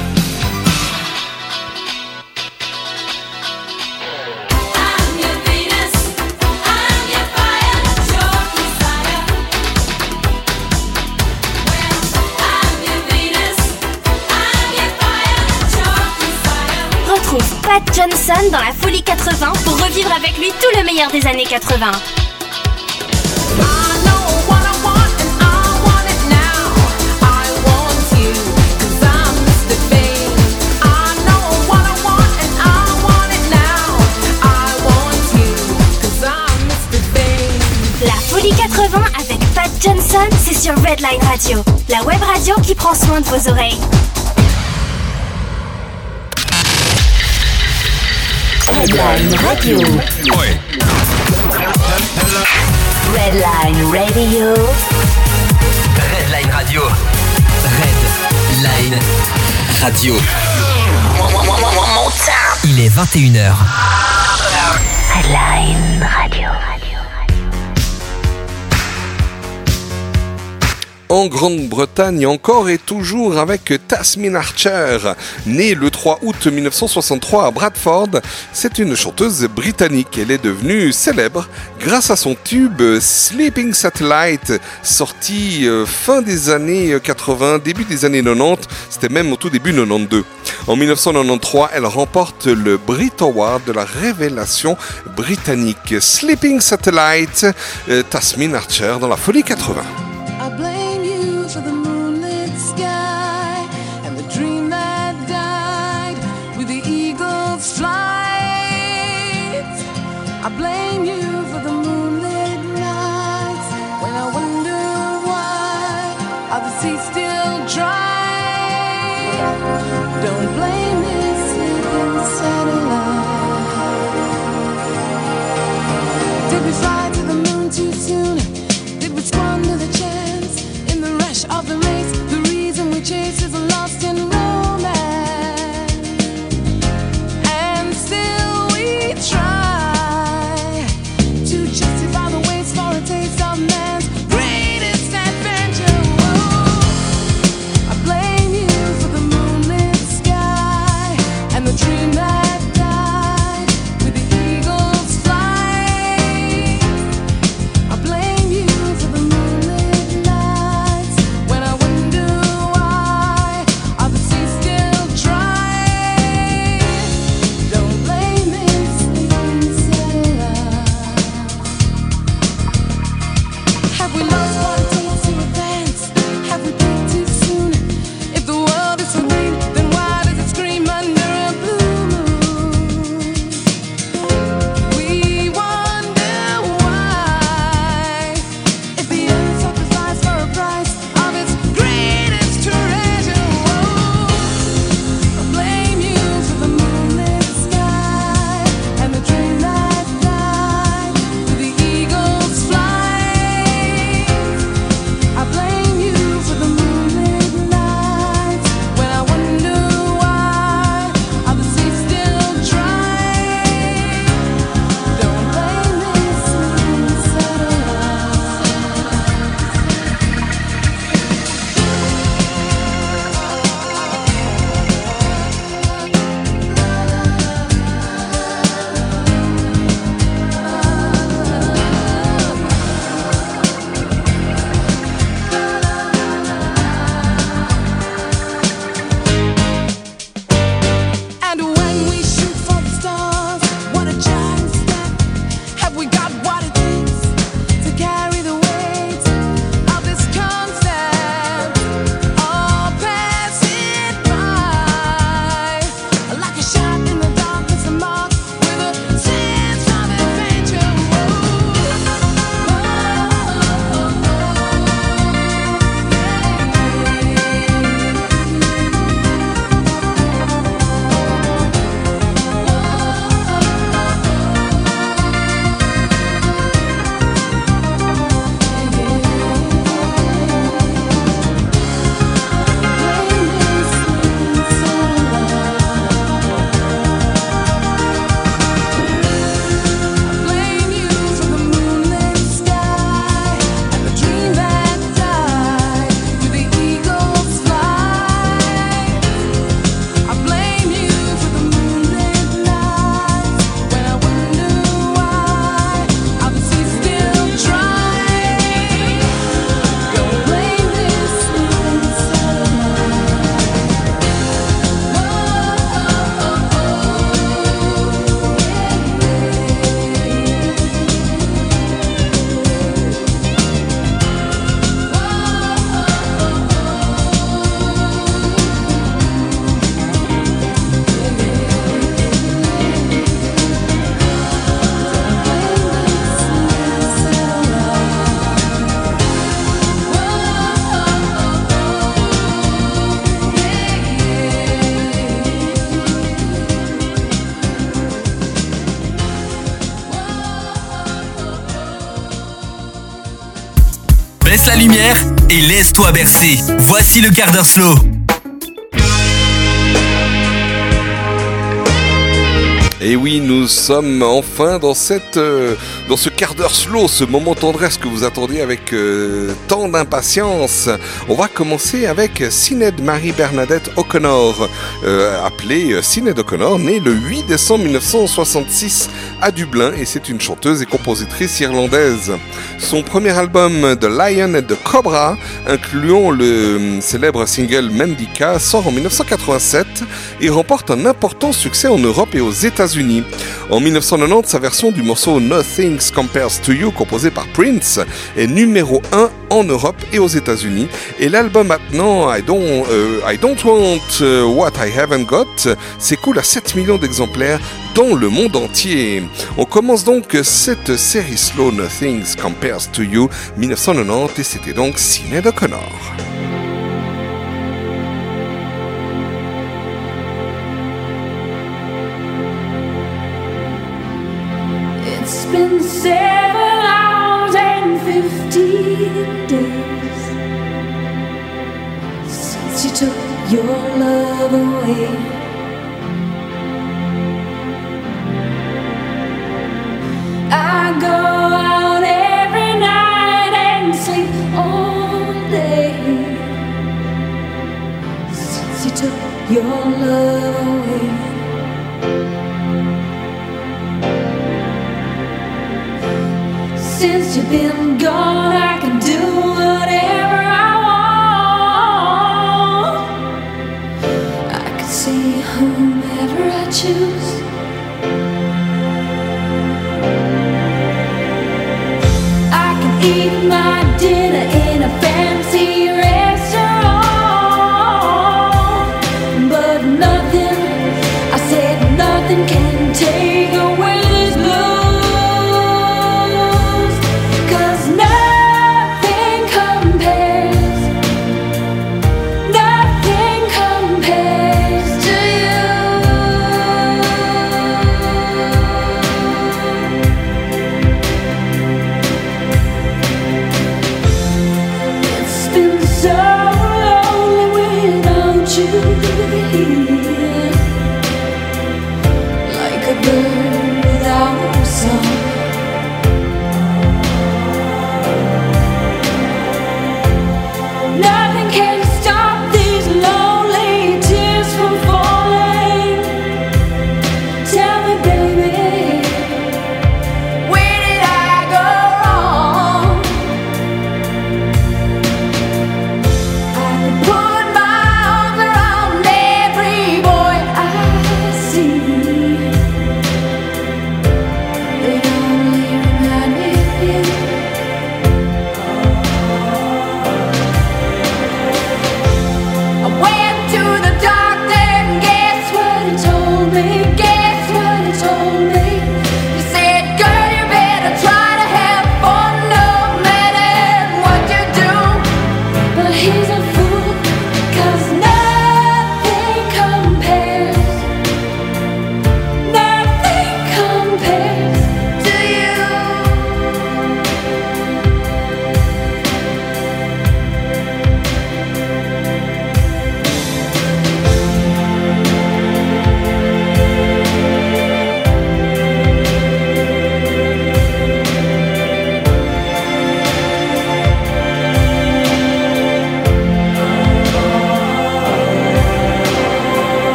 Retrouve Pat Johnson dans la Folie 80 pour revivre avec lui tout le meilleur des années 80. La Folie 80 avec Pat Johnson, c'est sur Redline Radio, la web radio qui prend soin de vos oreilles. Redline Radio. Ouais. Redline Radio. Redline Radio. Redline Radio. Il est 21h. Redline Radio. En Grande-Bretagne encore et toujours avec Tasmin Archer. Née le 3 août 1963 à Bradford, c'est une chanteuse britannique. Elle est devenue célèbre grâce à son tube Sleeping Satellite, sorti fin des années 80, début des années 90, c'était même au tout début 92. En 1993, elle remporte le Brit Award de la révélation britannique. Sleeping Satellite, Tasmin Archer dans la Folie 80. I blame you for the moonlit sky and the dream that died with the eagle's flight. I blame you for the moonlit nights when I wonder why are the seas still dry. Don't blame this sleeping satellite. Did we fly to the moon too soon? Did we squander the chance in the rush of the race? The reason we chase is lost in romance, and still we try to justify the waste for a taste of man's greatest adventure. Whoa. I blame you for the moonlit sky and the dream that died with the eagle's flight. Baisse la lumière et laisse-toi bercer. Voici le quart d'heure slow. Et oui, nous sommes enfin dans ce quart d'heure slow, ce moment tendresse que vous attendiez avec tant d'impatience. On va commencer avec Sinéad Marie Bernadette O'Connor, appelée Sinéad O'Connor, née le 8 décembre 1966 à Dublin, et c'est une chanteuse et compositrice irlandaise. Son premier album The Lion and the Cobra, incluant le célèbre single Mendika, sort en 1987 et remporte un important succès en Europe et aux États-Unis. En 1990, sa version du morceau Nothing Compares to You, composé par Prince, est numéro 1 en Europe et aux États-Unis. Et l'album maintenant I Don't Want What I Haven't Got s'écoule à 7 millions d'exemplaires dans le monde entier. On commence donc cette série slow Nothing Compares to You 1990 et c'était donc Sinéad O'Connor. It's been 7 hours and 15 days since you took your love away. I go out every night and sleep all day since you took your love away. Since you've been gone, I can do whatever I want. I can see whomever I choose. I can eat my dinner in a fancy restaurant, but nothing, I said nothing can take away this blues.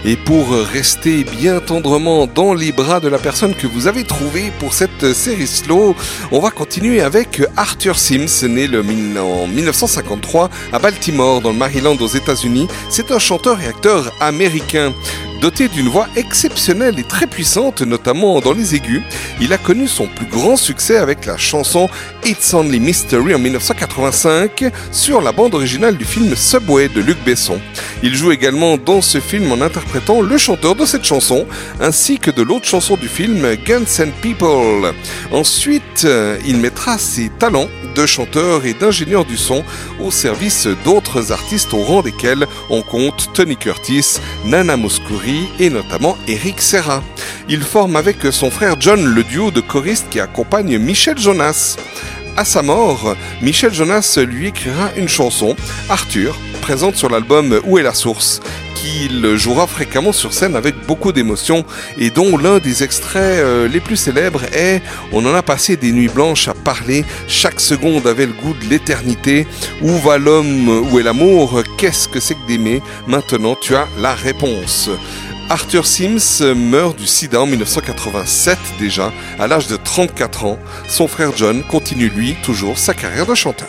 Et pour rester bien tendrement dans les bras de la personne que vous avez trouvée pour cette série slow, on va continuer avec Arthur Sims, né en 1953 à Baltimore, dans le Maryland aux États-Unis. C'est un chanteur et acteur américain. Doté d'une voix exceptionnelle et très puissante, notamment dans les aigus, il a connu son plus grand succès avec la chanson It's Only Mystery en 1985 sur la bande originale du film Subway de Luc Besson. Il joue également dans ce film en interprétant le chanteur de cette chanson, ainsi que de l'autre chanson du film Guns and People. Ensuite, il mettra ses talents de chanteur et d'ingénieur du son au service d'autres artistes au rang desquels on compte Tony Curtis, Nana Mouskouri et notamment Eric Serra. Il forme avec son frère John le duo de choristes qui accompagne Michel Jonas. À sa mort, Michel Jonas lui écrira une chanson, Arthur, présente sur l'album Où est la source, qu'il jouera fréquemment sur scène avec beaucoup d'émotion et dont l'un des extraits les plus célèbres est « On en a passé des nuits blanches à parler, chaque seconde avait le goût de l'éternité. Où va l'homme, où est l'amour, qu'est-ce que c'est que d'aimer? Maintenant tu as la réponse ». Arthur Sims meurt du sida en 1987 déjà, à l'âge de 34 ans. Son frère John continue lui toujours sa carrière de chanteur.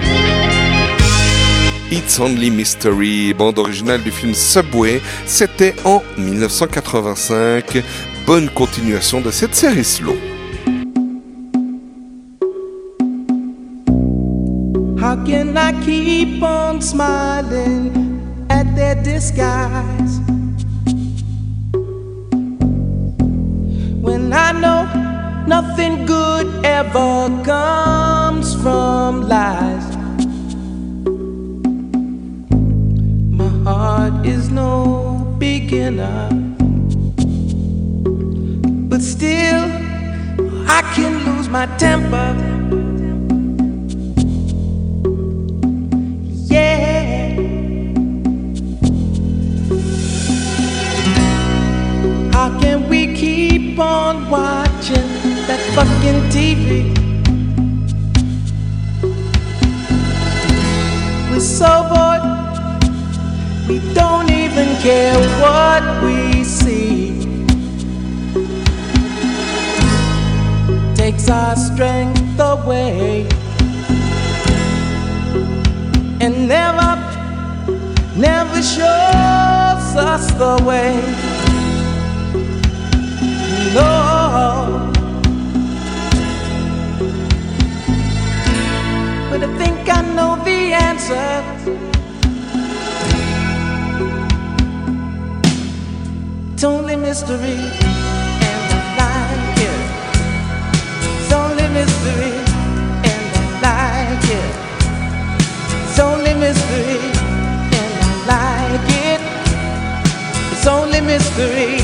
It's Only Mystery, bande originale du film Subway, c'était en 1985. Bonne continuation de cette série slow. How can I keep on smiling at their disguise when I know nothing good ever comes from lies? My heart is no beginner, but still I can lose my temper. Yeah. How can we keep on watching that fucking TV? We're so bored, we don't even care what we see. Takes our strength away and never shows us the way. No, but I think I know the answer. It's only mystery, and I like it. It's only mystery, and I like it. It's only mystery, and I like it. It's only mystery.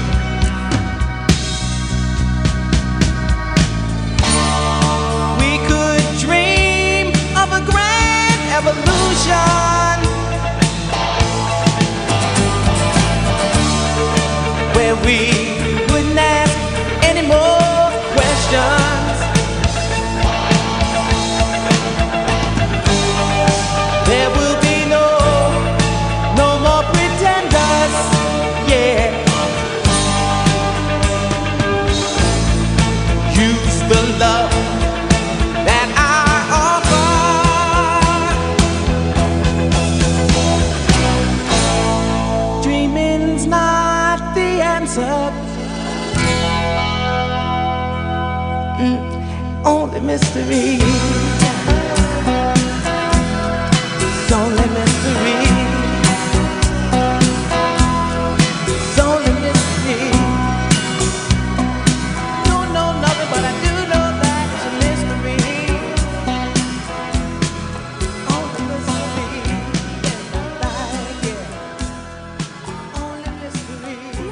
We could dream of a grand evolution where we wouldn't ask any more questions. There will be no more pretenders, yeah. Use the love that I offer. Dreaming's not the answer. Only mystery. It's only mystery. It's only mystery. Don't know nothing, but I do know that it's a mystery. Only mystery. And I like it. Only mystery.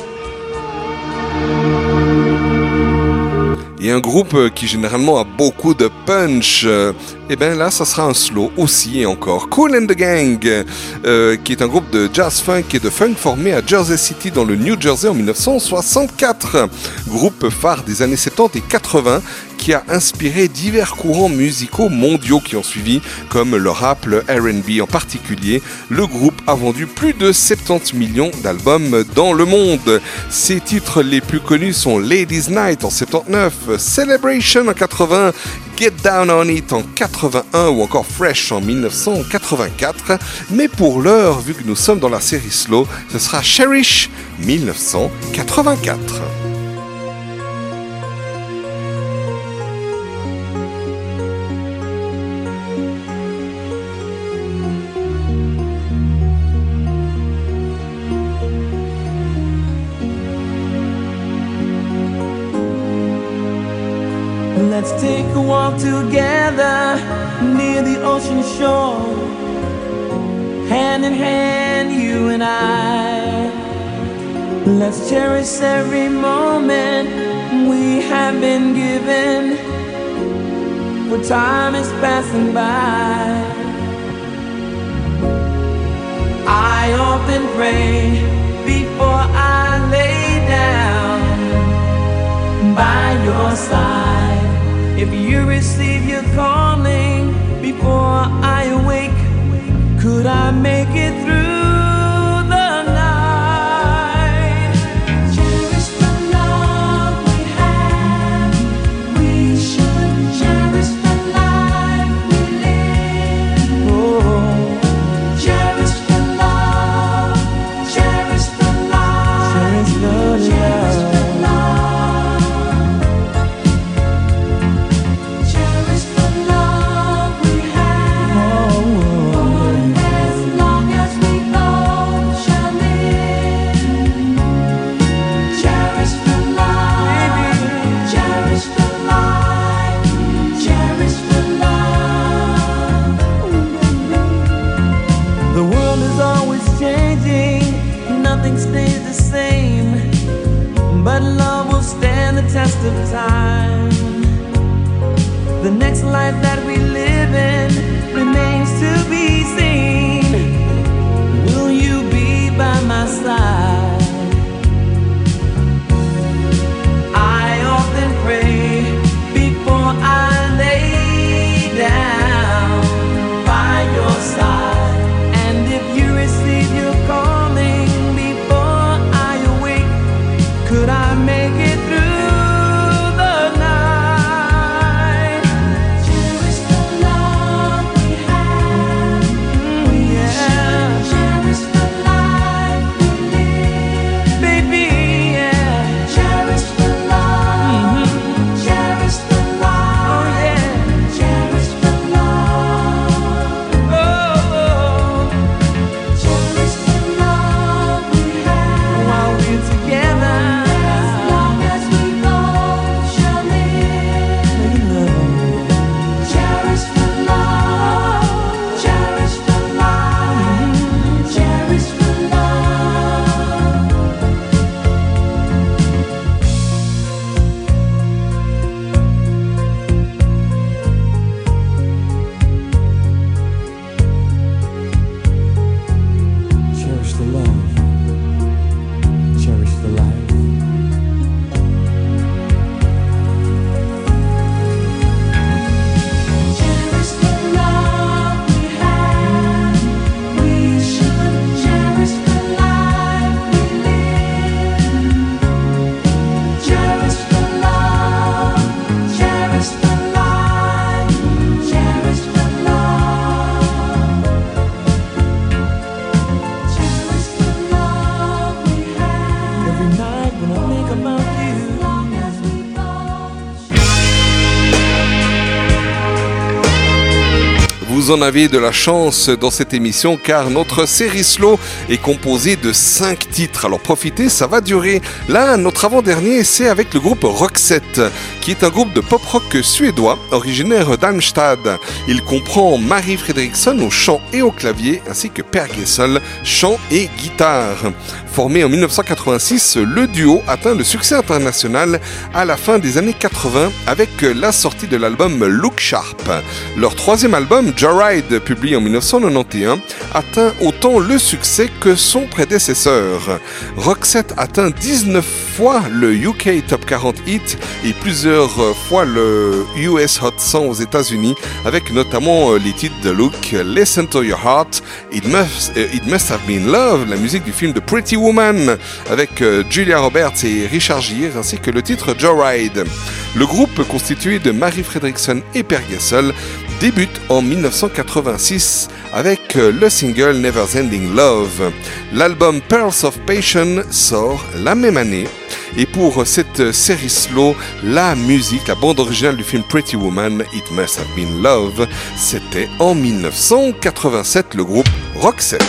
Et un groupe qui généralement a beaucoup de punch, et bien là ça sera un slow aussi et encore. Kool and the Gang, qui est un groupe de jazz funk et de funk formé à Jersey City dans le New Jersey en 1964. Groupe phare des années 70 et 80 qui a inspiré divers courants musicaux mondiaux qui ont suivi, comme le rap, le R&B en particulier. Le groupe a vendu plus de 70 millions d'albums dans le monde. Ses titres les plus connus sont Ladies Night en 79, Celebration en 80, Get Down on It en 81 ou encore Fresh en 1984. Mais pour l'heure, vu que nous sommes dans la série Slow, ce sera Cherish 1984. Let's take a walk together near the ocean shore, hand in hand, you and I. Let's cherish every moment we have been given, for time is passing by. I often pray before I lay down by your side. If you receive your calling before I awake, could I make it through the night? Cherish the love we have. We should cherish the life we live. Oh, cherish the love, cherish the life, cherish the love. Stays the same, but love will stand the test of time. The next life that we live in remains to be seen. Will you be by my side? I often pray before I lay down by your side, and if you receive your calling, could I make it through the night? Cherish the love we have. Yeah. Cherish the life we live. Baby, yeah. Cherish the love. Cherish the life. Oh, yeah. Cherish the love. Oh, oh. Cherish the love we have. While we're together. Vous en avez de la chance dans cette émission car notre série Slow est composée de 5 titres. Alors profitez, ça va durer. Là, notre avant-dernier, c'est avec le groupe Roxette, qui est un groupe de pop-rock suédois originaire d'Halmstad. Il comprend Marie Fredriksson au chant et au clavier, ainsi que Per Gessle, chant et guitare. Formé en 1986, le duo atteint le succès international à la fin des années 80 avec la sortie de l'album Look Sharp. Leur troisième album, Jara Joyride, publié en 1991, atteint autant le succès que son prédécesseur. Roxette atteint 19 fois le UK Top 40 Hit et plusieurs fois le US Hot 100 aux États-Unis, avec notamment les titres de Look, Listen to Your Heart, It Must Have Been Love, la musique du film de Pretty Woman, avec Julia Roberts et Richard Gere, ainsi que le titre Joyride. Le groupe, constitué de Mary Fredriksson et Per Gessle, débute en 1986 avec le single Never Ending Love. L'album Pearls of Passion sort la même année. Et pour cette série slow, la musique, la bande originale du film Pretty Woman, It Must Have Been Love, c'était en 1987 le groupe Roxette.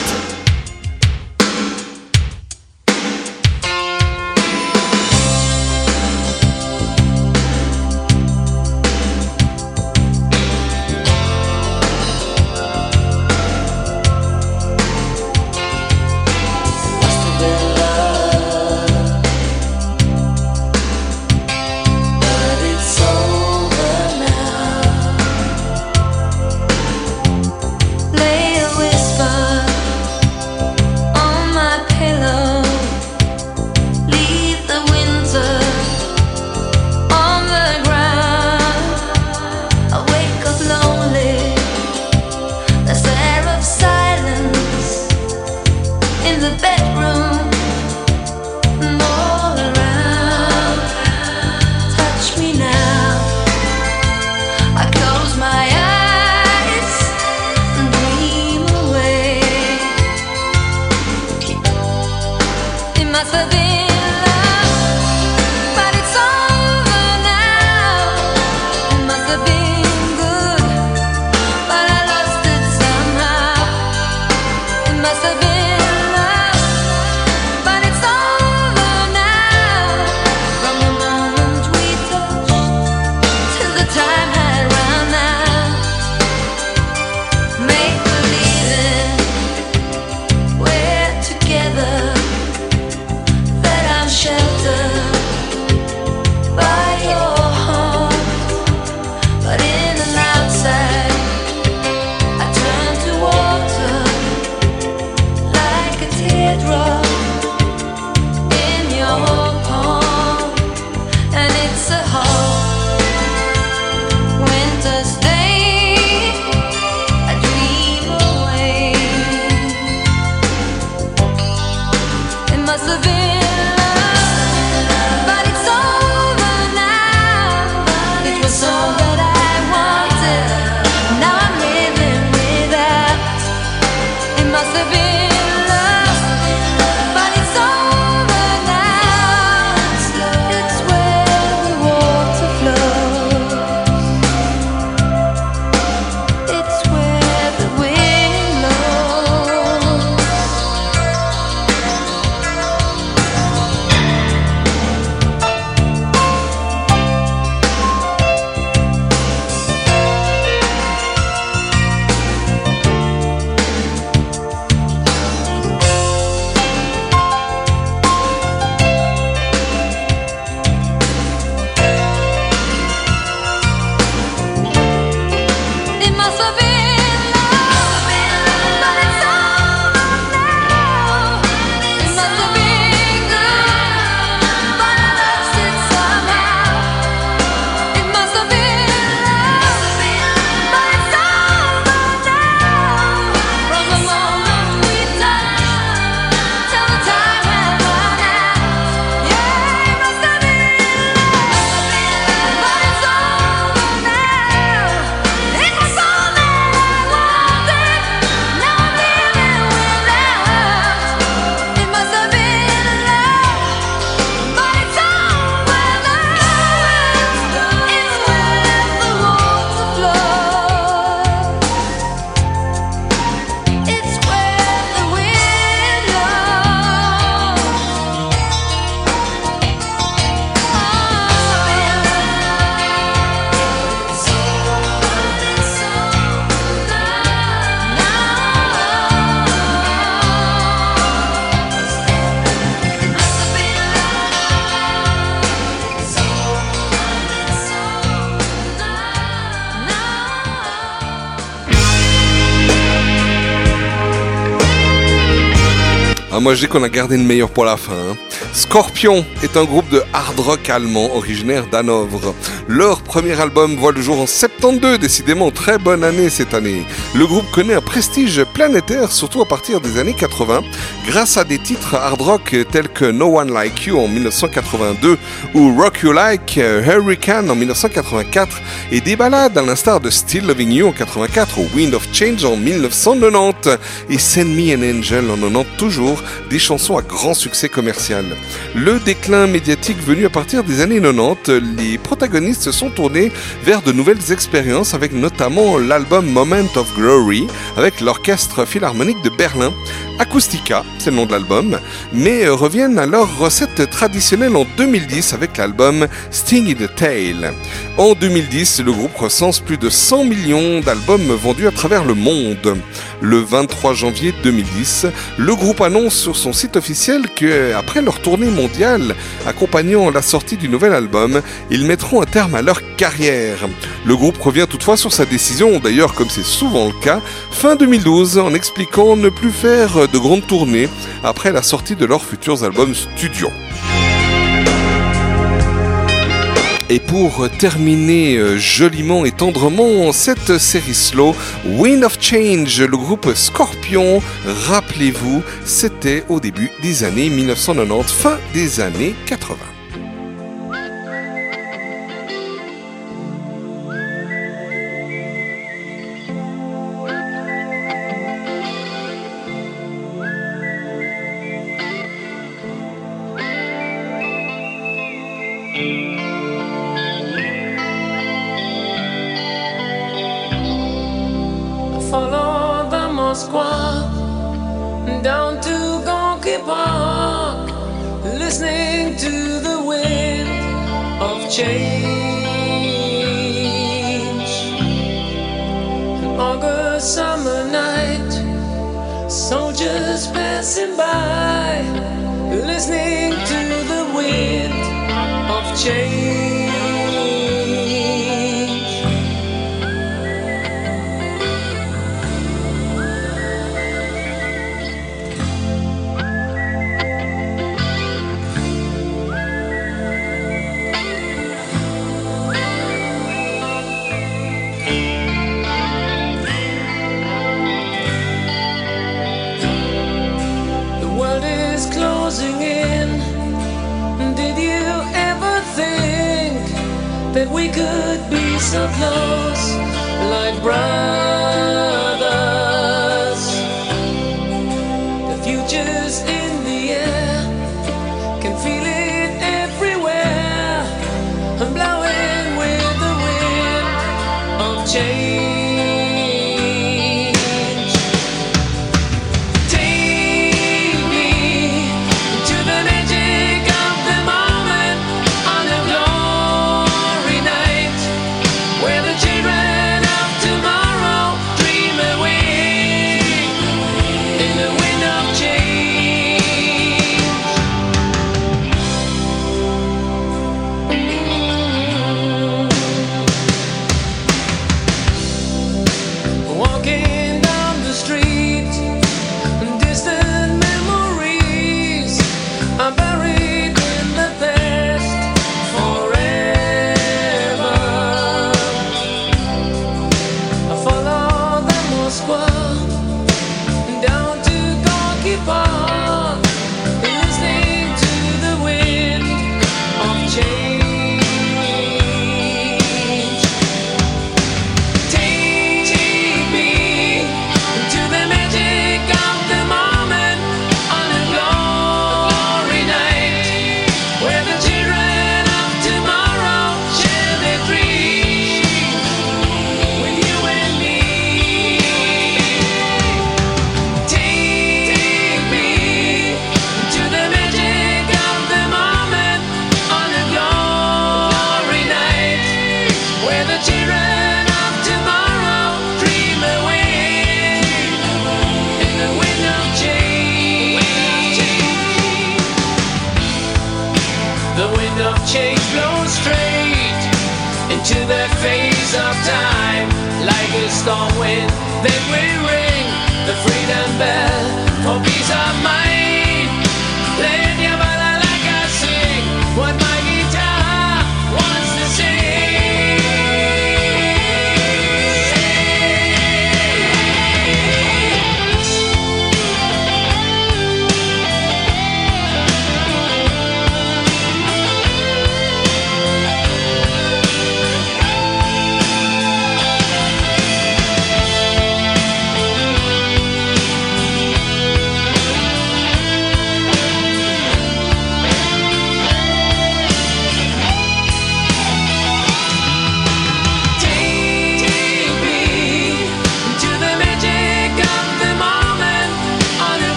Lay a whisper Ah, moi je dis qu'on a gardé le meilleur pour la fin. Hein. Scorpion est un groupe de hard rock allemand originaire d'Hanovre. Leur premier album voit le jour en 72, décidément très bonne année cette année. Le groupe connaît un prestige planétaire, surtout à partir des années 80, grâce à des titres hard rock tels que No One Like You en 1982 ou Rock You Like Hurricane en 1984 et des ballades à l'instar de Still Loving You en 84 ou Wind of Change en 1990 et Send Me an Angel en 90 toujours, des chansons à grand succès commercial. Le déclin médiatique venu à partir des années 90, les protagonistes se sont tournés vers de nouvelles expériences avec notamment l'album Moment of Glory avec l'Orchestre Philharmonique de Berlin. Acoustica, c'est le nom de l'album, mais reviennent à leur recette traditionnelle en 2010 avec l'album Sting in the Tail. En 2010, le groupe recense plus de 100 millions d'albums vendus à travers le monde. Le 23 janvier 2010, le groupe annonce sur son site officiel qu'après leur tournée mondiale accompagnant la sortie du nouvel album, ils mettront un terme à leur carrière. Le groupe revient toutefois sur sa décision, d'ailleurs comme c'est souvent le cas, fin 2012 en expliquant ne plus faire de grandes tournées après la sortie de leurs futurs albums studio. Et pour terminer joliment et tendrement cette série slow, Wind of Change, le groupe Scorpion, rappelez-vous, c'était au début des années 1990, fin des années 80. Follow the Moskwa down to Gonky Park, listening to the wind of change. An August summer night, soldiers passing by, listening to the wind of change. Closing in. Did you ever think that we could be so close, like brothers? The future's in the air, can feel it everywhere. I'm blowing with the wind of change. Change blows straight into the face of time, like a storm wind. Then we ring the freedom bell for peace of mind.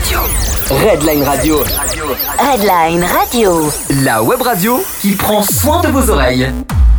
Radio. Redline Radio. Redline Radio. La web radio qui prend soin de vos oreilles.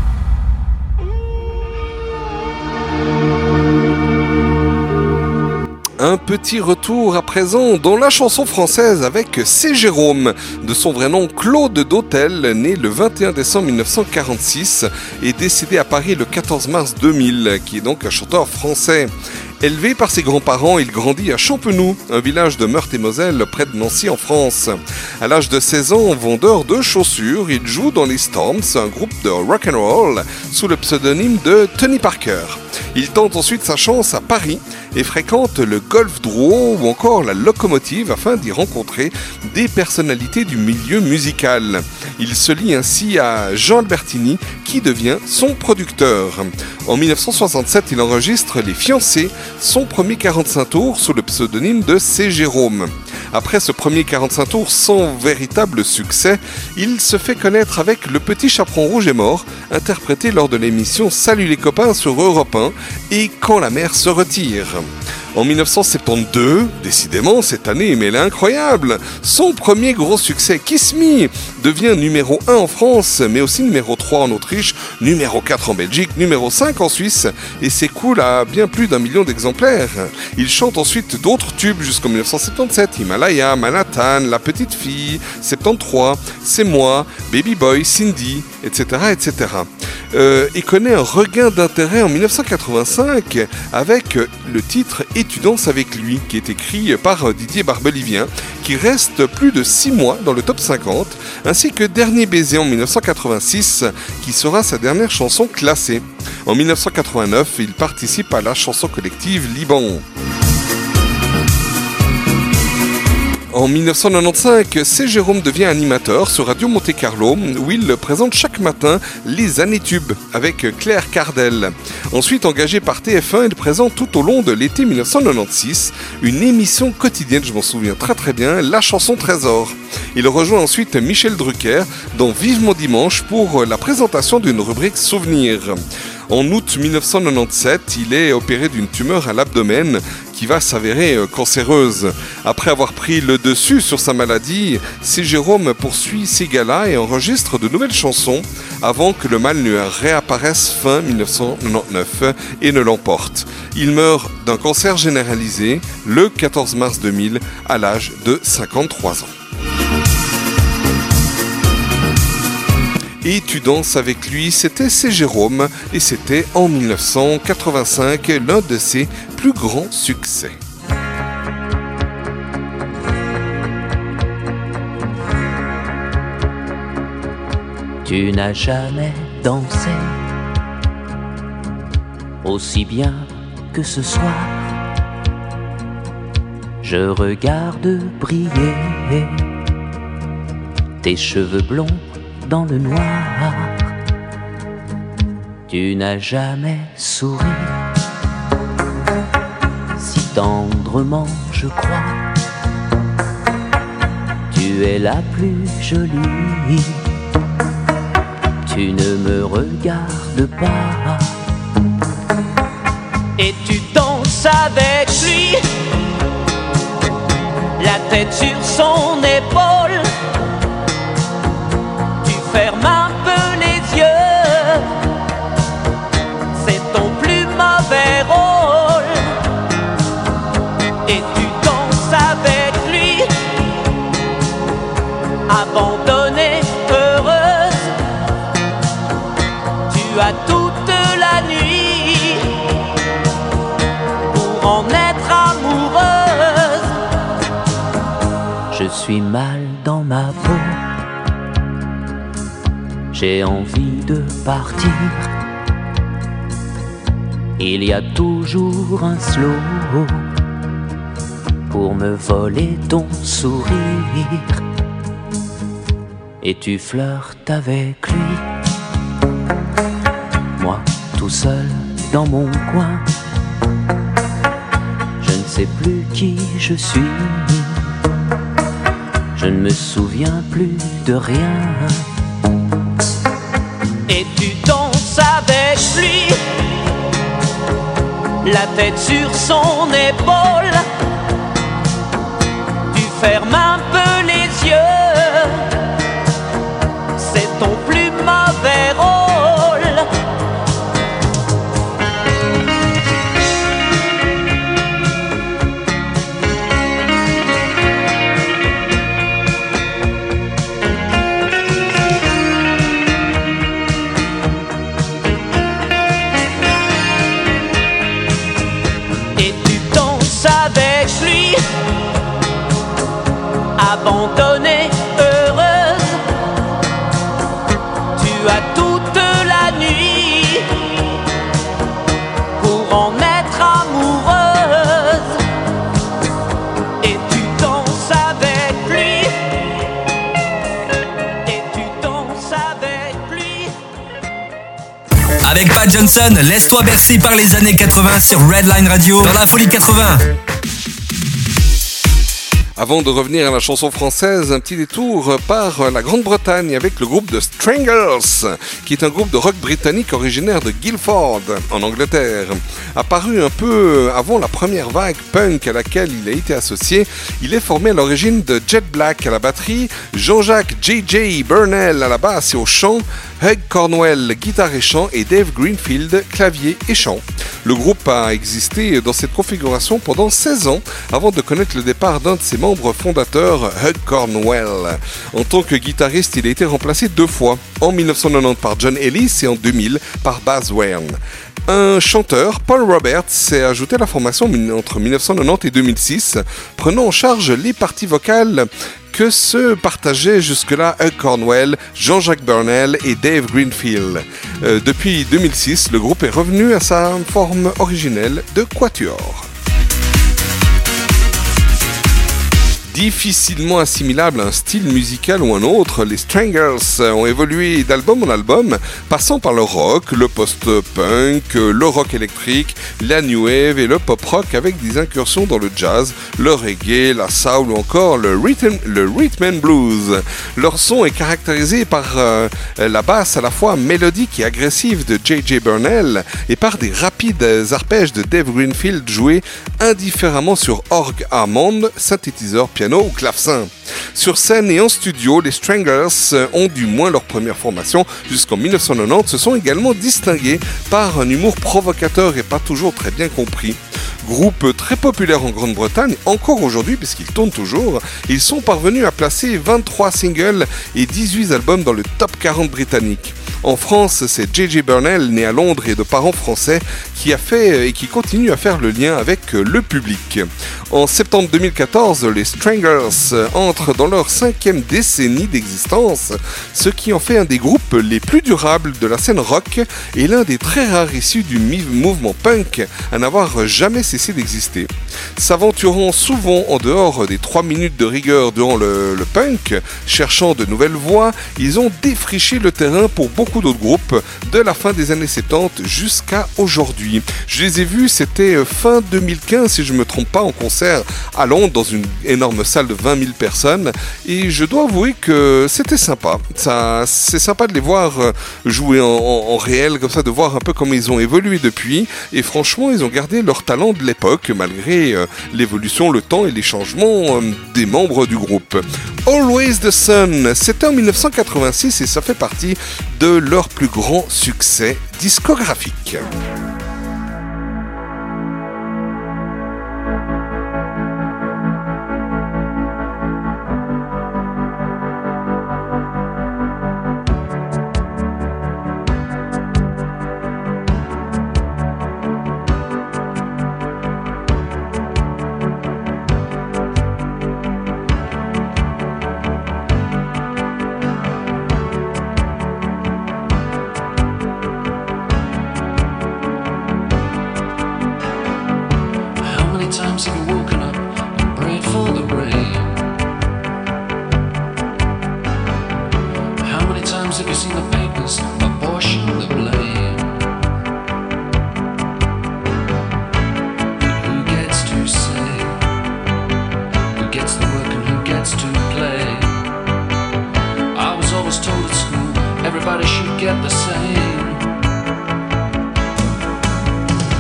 Un petit retour à présent dans la chanson française avec C. Jérôme, de son vrai nom Claude Dautel, né le 21 décembre 1946 et décédé à Paris le 14 mars 2000, qui est donc un chanteur français. Élevé par ses grands-parents, il grandit à Champenoux, un village de Meurthe-et-Moselle près de Nancy en France. À l'âge de 16 ans, vendeur de chaussures, il joue dans les Storms, un groupe de rock'n'roll, sous le pseudonyme de Tony Parker. Il tente ensuite sa chance à Paris et fréquente le Golf Drouot ou encore la Locomotive afin d'y rencontrer des personnalités du milieu musical. Il se lie ainsi à Jean Albertini qui devient son producteur. En 1967, il enregistre Les Fiancés, son premier 45 tours sous le pseudonyme de C. Jérôme. Après ce premier 45 tours sans véritable succès, il se fait connaître avec Le Petit Chaperon Rouge est mort, interprété lors de l'émission Salut les copains sur Europe 1 et Quand la mer se retire. En 1972, décidément cette année, mais elle est incroyable, son premier gros succès, Kiss Me, devient numéro 1 en France, mais aussi numéro 3 en Autriche, numéro 4 en Belgique, numéro 5 en Suisse, et s'écoule à bien plus d'1 million d'exemplaires. Il chante ensuite d'autres tubes jusqu'en 1977, Himalaya, Manhattan, La Petite Fille, 73, C'est moi, Baby Boy, Cindy, etc. etc. Il connaît un regain d'intérêt en 1985 avec le titre « Et tu danses avec lui » qui est écrit par Didier Barbelivien, qui reste plus de 6 mois dans le top 50, ainsi que Dernier baiser en 1986 qui sera sa dernière chanson classée. En 1989, il participe à la chanson collective Liban. En 1995, C. Jérôme devient animateur sur Radio Monte-Carlo où il présente chaque matin les années tubes avec Claire Cardel. Ensuite engagé par TF1, il présente tout au long de l'été 1996 une émission quotidienne, je m'en souviens très très bien, La chanson Trésor. Il rejoint ensuite Michel Drucker dans Vivement Dimanche pour la présentation d'une rubrique Souvenirs. En août 1997, il est opéré d'une tumeur à l'abdomen qui va s'avérer cancéreuse. Après avoir pris le dessus sur sa maladie, C. Jérôme poursuit ses galas et enregistre de nouvelles chansons avant que le mal ne réapparaisse fin 1999 et ne l'emporte. Il meurt d'un cancer généralisé le 14 mars 2000 à l'âge de 53 ans. Et tu danses avec lui, c'était C. Jérôme et c'était en 1985 l'un de ses plus grands succès. Tu n'as jamais dansé aussi bien que ce soir. Je regarde briller tes cheveux blonds dans le noir. Tu n'as jamais souri si tendrement, je crois. Tu es la plus jolie. Tu ne me regardes pas. Et tu danses avec lui, la tête sur son épaule. Tu fermes un peu les yeux, c'est ton plus mauvais rôle. Et tu danses avec lui, abandonnée, heureuse. Tu as toute la nuit pour en être amoureuse. Je suis mal dans ma peau. J'ai envie de partir. Il y a toujours un slow pour me voler ton sourire. Et tu flirtes avec lui, moi tout seul dans mon coin. Je ne sais plus qui je suis. Je ne me souviens plus de rien. Et tu danses avec lui, la tête sur son épaule. Tu ferme un peu les yeux, c'est ton plus mauvais rôle. Et tu danses avec lui, abandonnée, heureuse. Tu as toute la nuit pour en être amoureuse. Et tu danses avec lui. Et tu danses avec lui. Avec Pat Johnson, laisse-toi bercer par les années 80 sur Redline Radio dans la Folie 80. Avant de revenir à la chanson française, un petit détour par la Grande-Bretagne avec le groupe The Stranglers, qui est un groupe de rock britannique originaire de Guildford, en Angleterre. Apparu un peu avant la première vague punk à laquelle il a été associé, il est formé à l'origine de Jet Black à la batterie, Jean-Jacques J.J. Burnell à la basse et au chant, Hugh Cornwell, guitare et chant, et Dave Greenfield, clavier et chant. Le groupe a existé dans cette configuration pendant 16 ans avant de connaître le départ d'un de ses membres fondateurs, Hugh Cornwell. En tant que guitariste, il a été remplacé 2 fois, en 1990 par John Ellis et en 2000 par Baz Wern. Un chanteur, Paul Roberts, s'est ajouté à la formation entre 1990 et 2006, prenant en charge les parties vocales que se partageaient jusque-là Hugh Cornwell, Jean-Jacques Burnell et Dave Greenfield. Depuis 2006, le groupe est revenu à sa forme originelle de quatuor. Difficilement assimilable à un style musical ou un autre, les Stranglers ont évolué d'album en album, passant par le rock, le post-punk, le rock électrique, la new wave et le pop-rock avec des incursions dans le jazz, le reggae, la soul ou encore le rhythm and blues. Leur son est caractérisé par la basse à la fois mélodique et agressive de J.J. Burnell et par des rapides arpèges de Dave Greenfield joués indifféremment sur orgue Hammond, synthétiseur, piano ou clavecin. Sur scène et en studio, les Stranglers ont du moins leur première formation jusqu'en 1990 se sont également distingués par un humour provocateur et pas toujours très bien compris. Groupe très populaire en Grande-Bretagne, encore aujourd'hui puisqu'ils tournent toujours, ils sont parvenus à placer 23 singles et 18 albums dans le top 40 britannique. En France, c'est J.J. Burnell, né à Londres et de parents français, qui a fait et qui continue à faire le lien avec le public. En septembre 2014, les Stranglers entrent dans leur 5e décennie d'existence, ce qui en fait un des groupes les plus durables de la scène rock et l'un des très rares issus du mouvement punk à n'avoir jamais cessé d'exister. S'aventurant souvent en dehors des 3 minutes de rigueur durant le punk, cherchant de nouvelles voies, ils ont défriché le terrain pour beaucoup d'autres groupes de la fin des années 70 jusqu'à aujourd'hui. Je les ai vus, c'était fin 2015 si je ne me trompe pas, en concert à Londres dans une énorme salle de 20 000 personnes et je dois avouer que c'était sympa. C'est sympa de les voir jouer en réel comme ça, de voir un peu comment ils ont évolué depuis et franchement ils ont gardé leur talent de l'époque malgré l'évolution, le temps et les changements des membres du groupe. Always the Sun, c'était en 1986 et ça fait partie de leur plus grand succès discographique.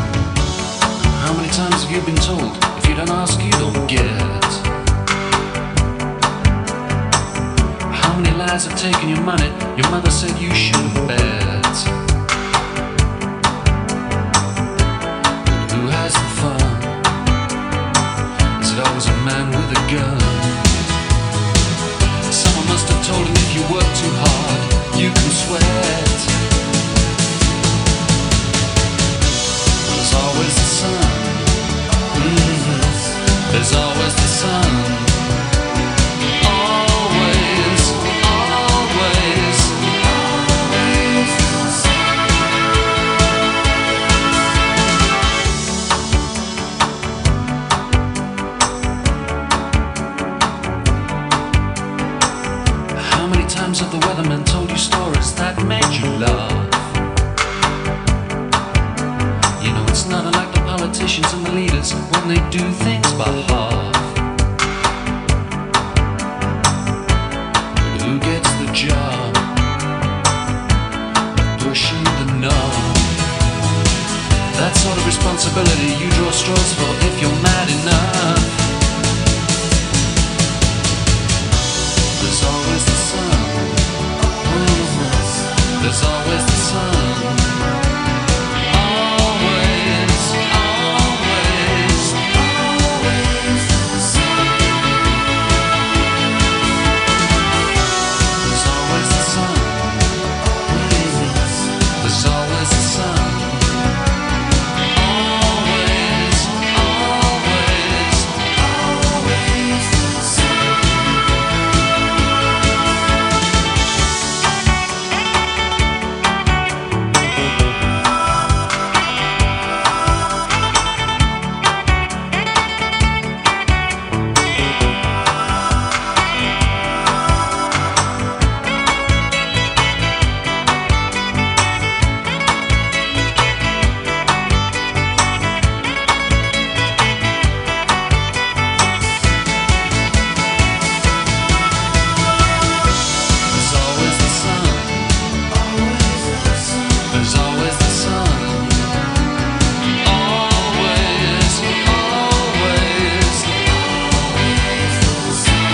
How many times have you been told if you don't ask you don't get? guys have taken your money. Your mother said you should bet. Who has the fun? Is it always a man with a gun? Someone must have told him if you work too hard, you can sweat. There's always the sun. There's always the sun. Always, always, always the sun. How many times have the weathermen told you stories that made you laugh? You know it's not unlike the politicians and the leaders when they do things by half. Who gets the job of pushing the knob? That sort of responsibility you draw straws for if you're mad enough. There's always the sun. There's always the sun. Always, always, always the sun. There's always the sun. There's always the sun. Always, always, always the sun. There's always the sun. There's always the sun. Always, always, always the sun.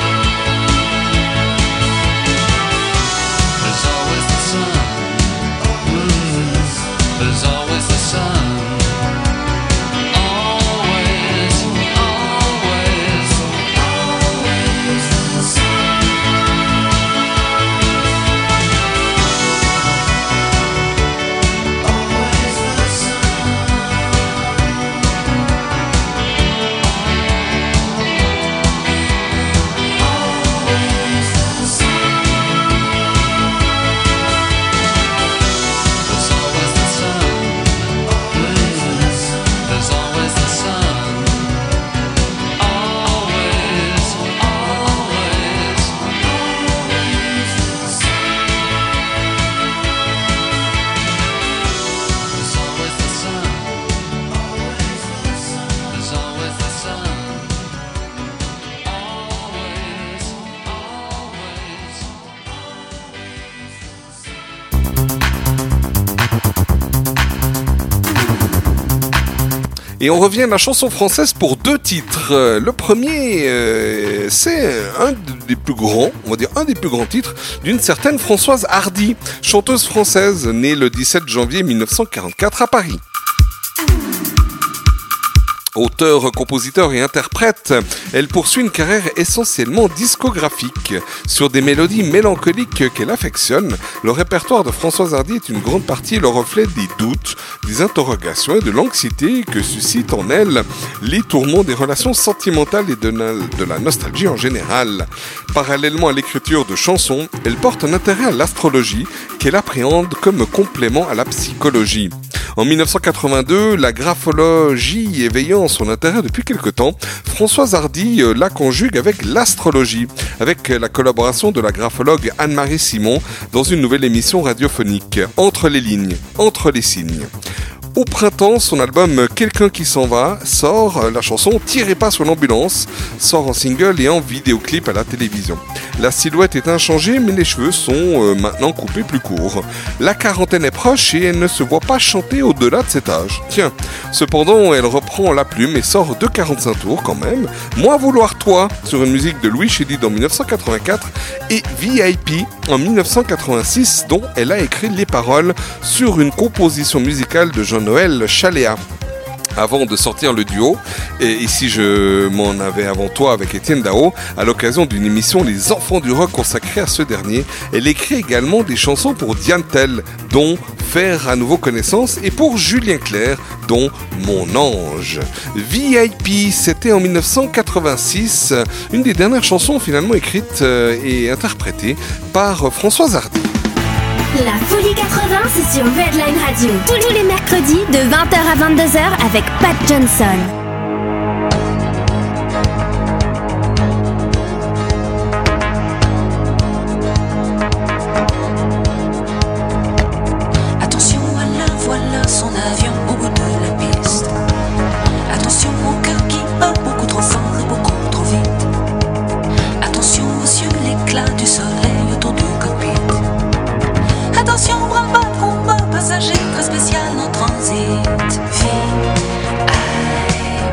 There's always the sun. There's always the sun. Always, always, always the sun. There's always the sun. There's always the sun. Always, always, always the sun. There's always the sun. There's always the sun. Always, Et on revient à la chanson française pour deux titres. Le premier, c'est un des plus grands, on va dire un des plus grands titres d'une certaine Françoise Hardy, chanteuse française née le 17 janvier 1944 à Paris. Auteure, compositeur et interprète, elle poursuit une carrière essentiellement discographique. Sur des mélodies mélancoliques qu'elle affectionne, le répertoire de Françoise Hardy est une grande partie le reflet des doutes, des interrogations et de l'anxiété que suscitent en elle les tourments des relations sentimentales et de la nostalgie en général. Parallèlement à l'écriture de chansons, elle porte un intérêt à l'astrologie qu'elle appréhende comme complément à la psychologie. En 1982, la graphologie éveillant son intérêt depuis quelque temps, Françoise Hardy la conjugue avec l'astrologie, avec la collaboration de la graphologue Anne-Marie Simon dans une nouvelle émission radiophonique, Entre les lignes, entre les signes. Au printemps, son album Quelqu'un qui s'en va sort. La chanson Tirez pas sur l'ambulance sort en single et en vidéoclip à la télévision. La silhouette est inchangée, mais les cheveux sont maintenant coupés plus courts. La quarantaine est proche et elle ne se voit pas chanter au-delà de cet âge. Tiens, cependant, elle reprend la plume et sort 2,45 tours quand même. Moi vouloir toi sur une musique de Louis Chédid en 1984 et VIP en 1986 dont elle a écrit les paroles sur une composition musicale de Jean-Noël Chaléa. Avant de sortir le duo, et ici je m'en avais avant toi avec Étienne Dao, à l'occasion d'une émission Les Enfants du Rock consacrée à ce dernier, elle écrit également des chansons pour Diane Tell, dont Faire à nouveau connaissance, et pour Julien Clerc, dont Mon Ange. VIP, c'était en 1986, une des dernières chansons finalement écrites et interprétées par Françoise Hardy. La Folie 80, c'est sur Redline Radio. Tous les mercredis de 20h à 22h avec Pat Johnson. Attention à la voilà son avion au bout de la piste. Attention au cœur qui bat beaucoup trop fort et beaucoup trop vite. Attention aux cieux, l'éclat du soleil autour du cockpit. Attention, bras-bas de combat, passager très spécial en transit. VIP.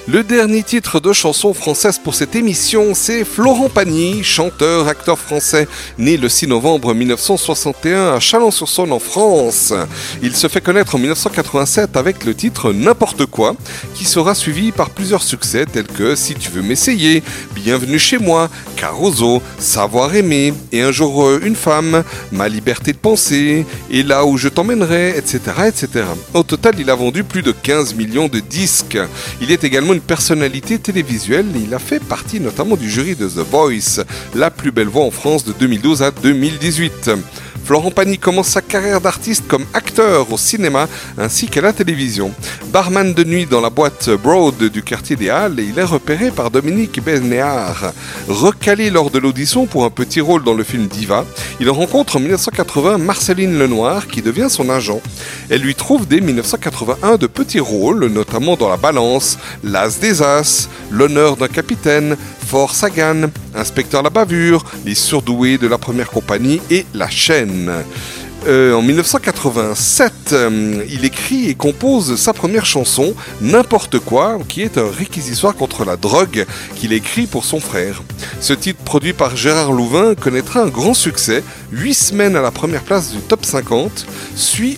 Le dernier titre de chanson française pour cette émission, c'est Florent Pagny, chanteur, acteur français, né le 6 novembre 1961 à Chalon-sur-Saône en France. Il se fait connaître en 1987 avec le titre N'importe quoi, qui sera suivi par plusieurs succès tels que Si tu veux m'essayer, Bienvenue chez moi, Carozo, Savoir aimer, Et un jour une femme, Ma liberté de penser, Et là où je t'emmènerai, etc., etc. Au total, il a vendu plus de 15 millions de disques. Il est également une personnalité télévisuelle et il a fait partie notamment du jury de The Voice, la plus belle voix en France de 2012 à 2018. Florent Pagny commence sa carrière d'artiste comme acteur au cinéma ainsi qu'à la télévision. Barman de nuit dans la boîte Broad du quartier des Halles, il est repéré par Dominique Besnéard. Recalé lors de l'audition pour un petit rôle dans le film Diva, il rencontre en 1980 Marceline Lenoir qui devient son agent. Elle lui trouve dès 1981 de petits rôles, notamment dans La Balance, L'As des As, L'Honneur d'un capitaine, Fort Sagan, Inspecteur la bavure, Les surdoués de la première compagnie et La chaîne. En 1987, il écrit et compose sa première chanson, N'importe quoi, qui est un réquisitoire contre la drogue qu'il écrit pour son frère. Ce titre, produit par Gérard Louvain, connaîtra un grand succès, 8 semaines à la première place du top 50, suit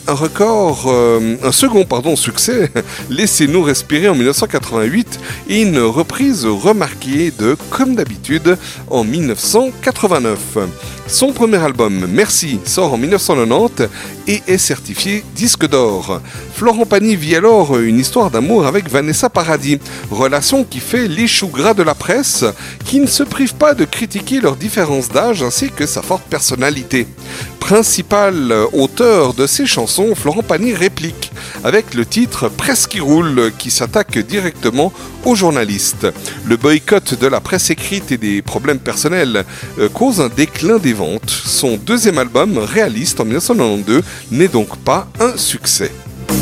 un second succès, Laissez-nous respirer en 1988, et une reprise remarquée de Comme d'habitude en 1989. Son premier album, Merci, sort en 1990 et est certifié disque d'or. Florent Pagny vit alors une histoire d'amour avec Vanessa Paradis, relation qui fait les choux gras de la presse, qui ne se prive pas de critiquer leur différence d'âge ainsi que sa forte personnalité. Principal auteur de ses chansons, Florent Pagny réplique avec le titre Presse qui roule qui s'attaque directement aux journalistes. Le boycott de la presse écrite et des problèmes personnels causent un déclin des ventes. Son deuxième album, Réaliste en 1992, n'est donc pas un succès.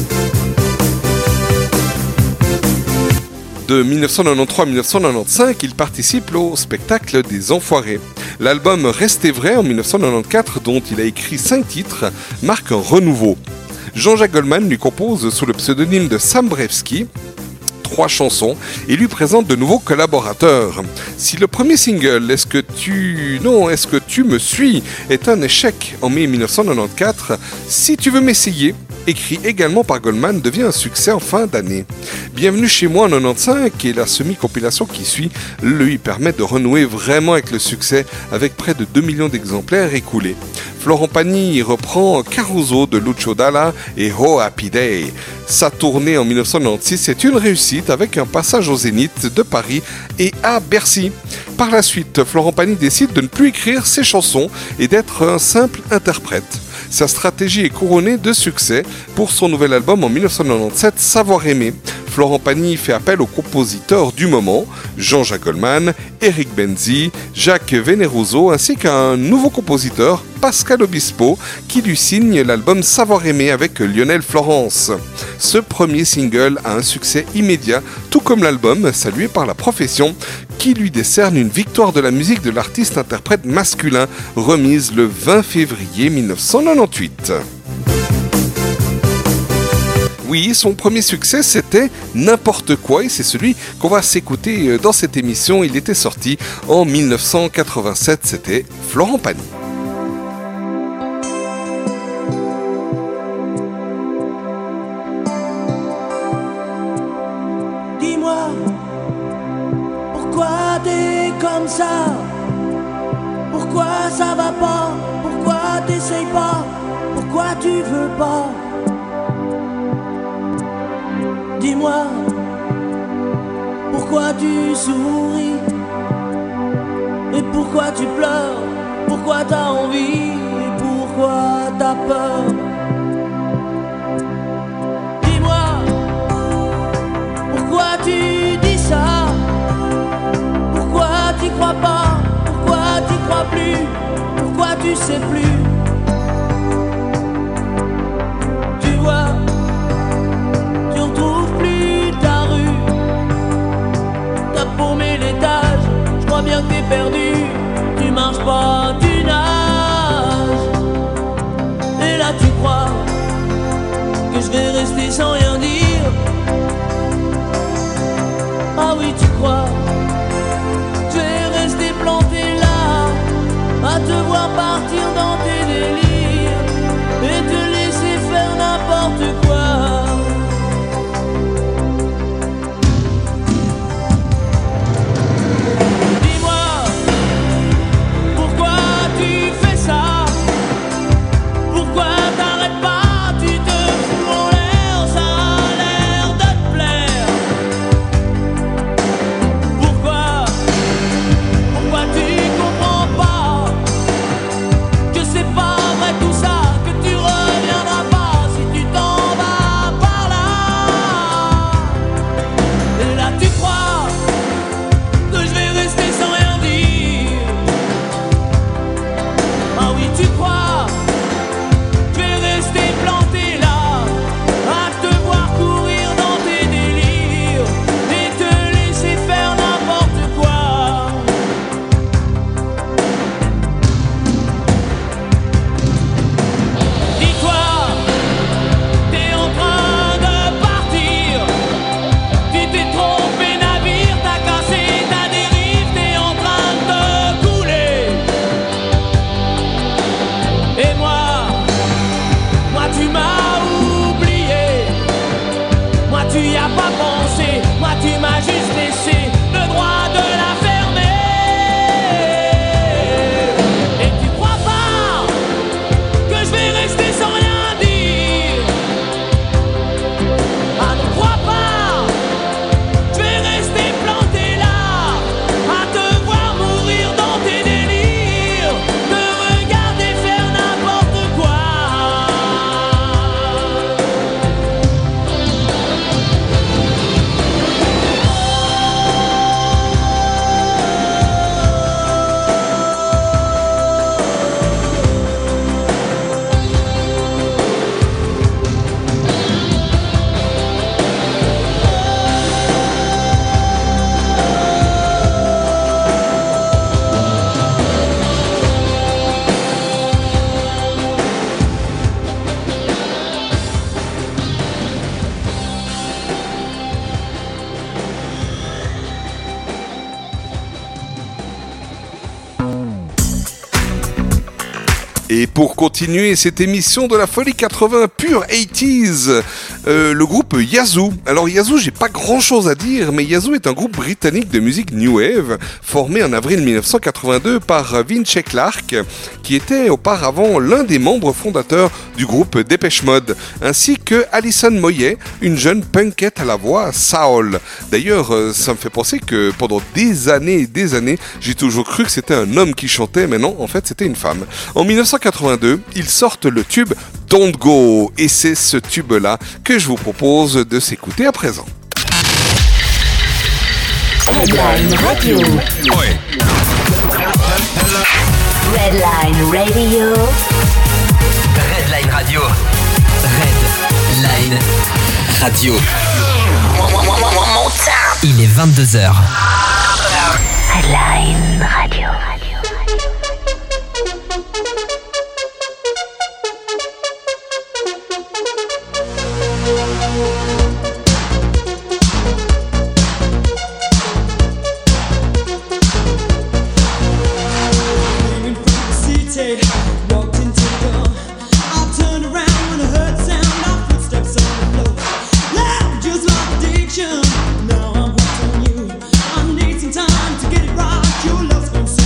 De 1993 à 1995, il participe au spectacle des Enfoirés. L'album Restez vrai en 1994, dont il a écrit 5 titres, marque un renouveau. Jean-Jacques Goldman lui compose sous le pseudonyme de Sam Brewski 3 chansons et lui présente de nouveaux collaborateurs. Si le premier single Est-ce que tu me suis est un échec en mai 1994, Si tu veux m'essayer, écrit également par Goldman, devient un succès en fin d'année. Bienvenue chez moi en 95 et la semi-compilation qui suit lui permet de renouer vraiment avec le succès avec près de 2 millions d'exemplaires écoulés. Florent Pagny reprend Caruso de Lucio Dalla et Oh Happy Day. Sa tournée en 1996 est une réussite avec un passage au Zénith de Paris et à Bercy. Par la suite, Florent Pagny décide de ne plus écrire ses chansons et d'être un simple interprète. Sa stratégie est couronnée de succès pour son nouvel album en 1997, Savoir aimer. Florent Pagny fait appel aux compositeurs du moment, Jean-Jacques Goldman, Eric Benzi, Jacques Veneruso, ainsi qu'à un nouveau compositeur, Pascal Obispo, qui lui signe l'album Savoir aimer avec Lionel Florence. Ce premier single a un succès immédiat, tout comme l'album, salué par la profession, qui lui décerne une victoire de la musique de l'artiste-interprète masculin, remise le 20 février 1998. Oui, son premier succès, c'était N'importe quoi, et c'est celui qu'on va s'écouter dans cette émission. Il était sorti en 1987, c'était Florent Pagny. Dis-moi, pourquoi t'es comme ça? Pourquoi ça va pas? Pourquoi t'essayes pas? Pourquoi tu veux pas? Dis-moi, pourquoi tu souris? Et pourquoi tu pleures? Pourquoi t'as envie? Et pourquoi t'as peur? Dis-moi, pourquoi tu dis ça? Pourquoi t'y crois pas? Pourquoi t'y crois plus? Pourquoi tu sais plus? Tu vois, tu retrouves plus ta rue. T'as paumé l'étage, je crois bien que t'es perdu. Tu marches pas, tu nages. Et là tu crois que je vais rester sans rien dire. crois que je vais rester planté là, à te voir partir dans tes délires et te laisser faire n'importe quoi. Et pour continuer cette émission de la Folie 80 pure 80s, le groupe Yazoo. Alors Yazoo, j'ai pas grand chose à dire, mais Yazoo est un groupe britannique de musique New Wave, formé en avril 1982 par Vince Clarke, qui était auparavant l'un des membres fondateurs du groupe Depeche Mode, ainsi que Alison Moyet, une jeune punkette à la voix soul. D'ailleurs, ça me fait penser que pendant des années, j'ai toujours cru que c'était un homme qui chantait, mais non, en fait c'était une femme. En 1982, ils sortent le tube Don't Go, et c'est ce tube-là que je vous propose de s'écouter à présent. Redline Radio. Ouais. Redline Radio. Redline Radio. Redline Radio. Il est 22h. Redline Radio. Walked into the door. I turned around when I heard the sound of footsteps on the floor. Loud, just like addiction. Now I'm hooked on you. I need some time to get it right. Your love's gone so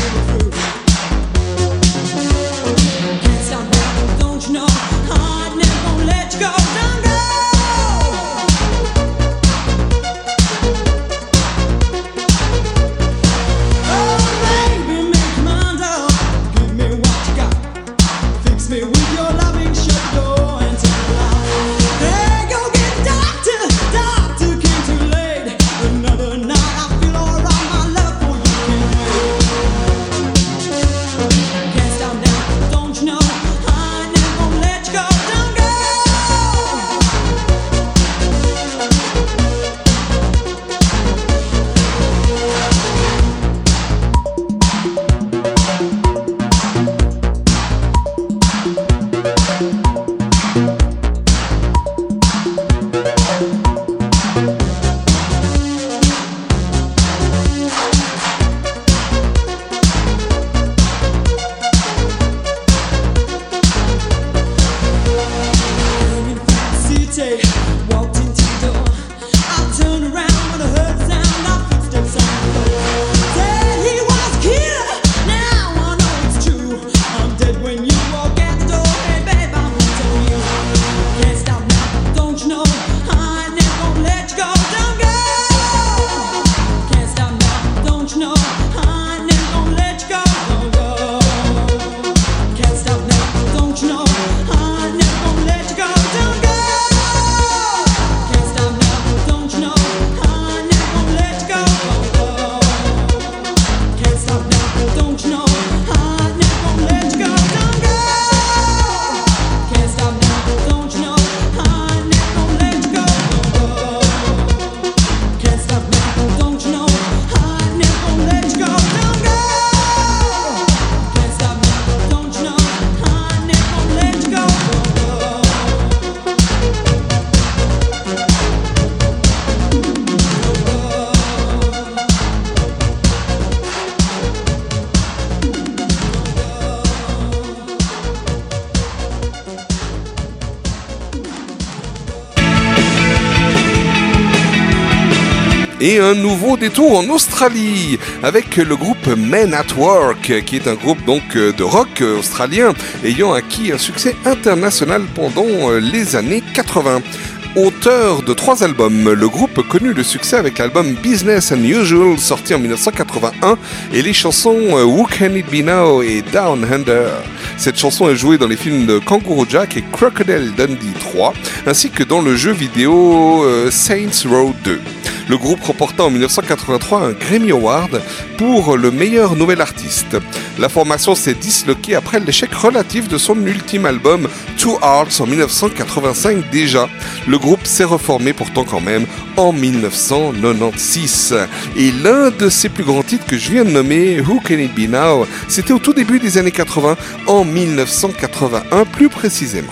Et un nouveau détour en Australie avec le groupe Men at Work, qui est un groupe donc de rock australien ayant acquis un succès international pendant les années 80. Auteur de 3 albums, le groupe connut le succès avec l'album Business Unusual sorti en 1981 et les chansons Who Can It Be Now et Down Under. Cette chanson est jouée dans les films de Kangaroo Jack et Crocodile Dundee 3 ainsi que dans le jeu vidéo Saints Row 2. Le groupe remporta en 1983 un Grammy Award pour le meilleur nouvel artiste. La formation s'est disloquée après l'échec relatif de son ultime album Two Hearts en 1985 déjà. Le groupe s'est reformé pourtant quand même en 1996. Et l'un de ses plus grands titres que je viens de nommer, Who Can It Be Now, c'était au tout début des années 80, en 1981 plus précisément.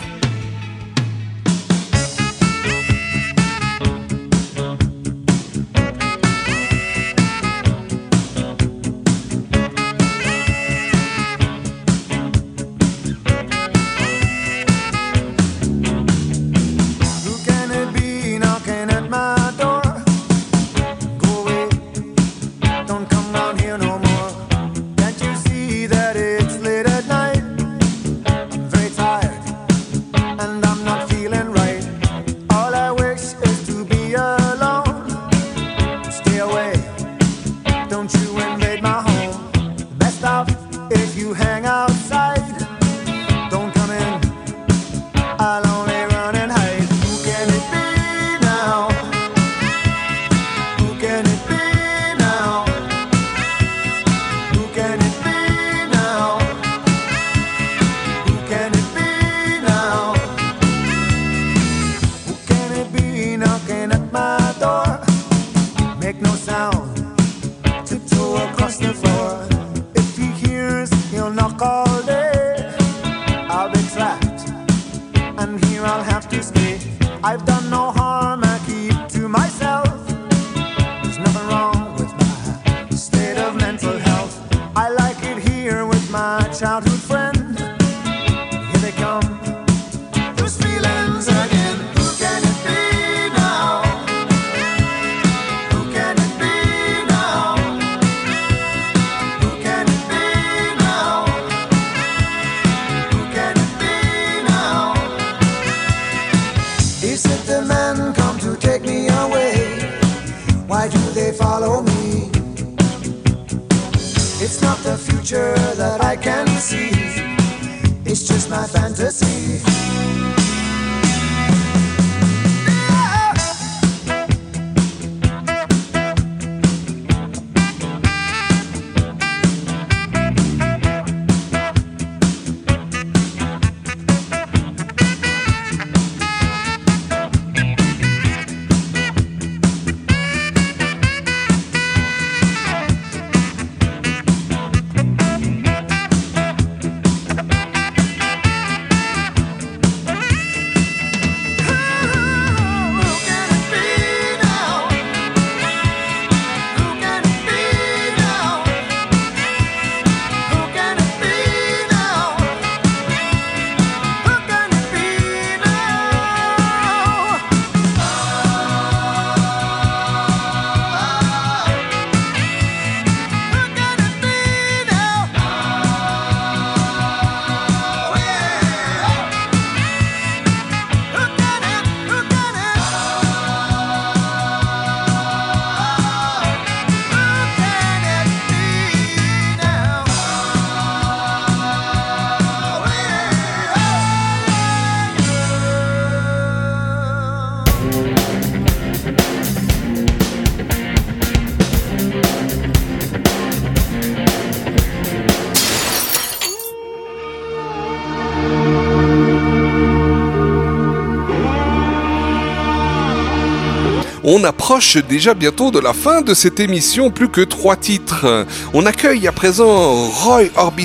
On approche déjà bientôt de la fin de cette émission, plus que 3 titres. On accueille à présent Roy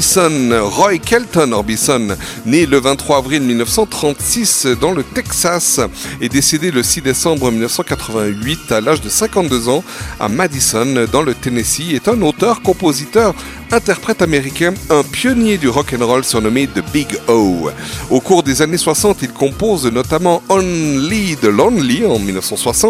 Kelton Orbison, né le 23 avril 1936 dans le Texas et décédé le 6 décembre 1988 à l'âge de 52 ans à Madison dans le Tennessee, est un auteur, compositeur, interprète américain, un pionnier du rock'n'roll surnommé The Big O. Au cours des années 60, il compose notamment Only the Lonely en 1960,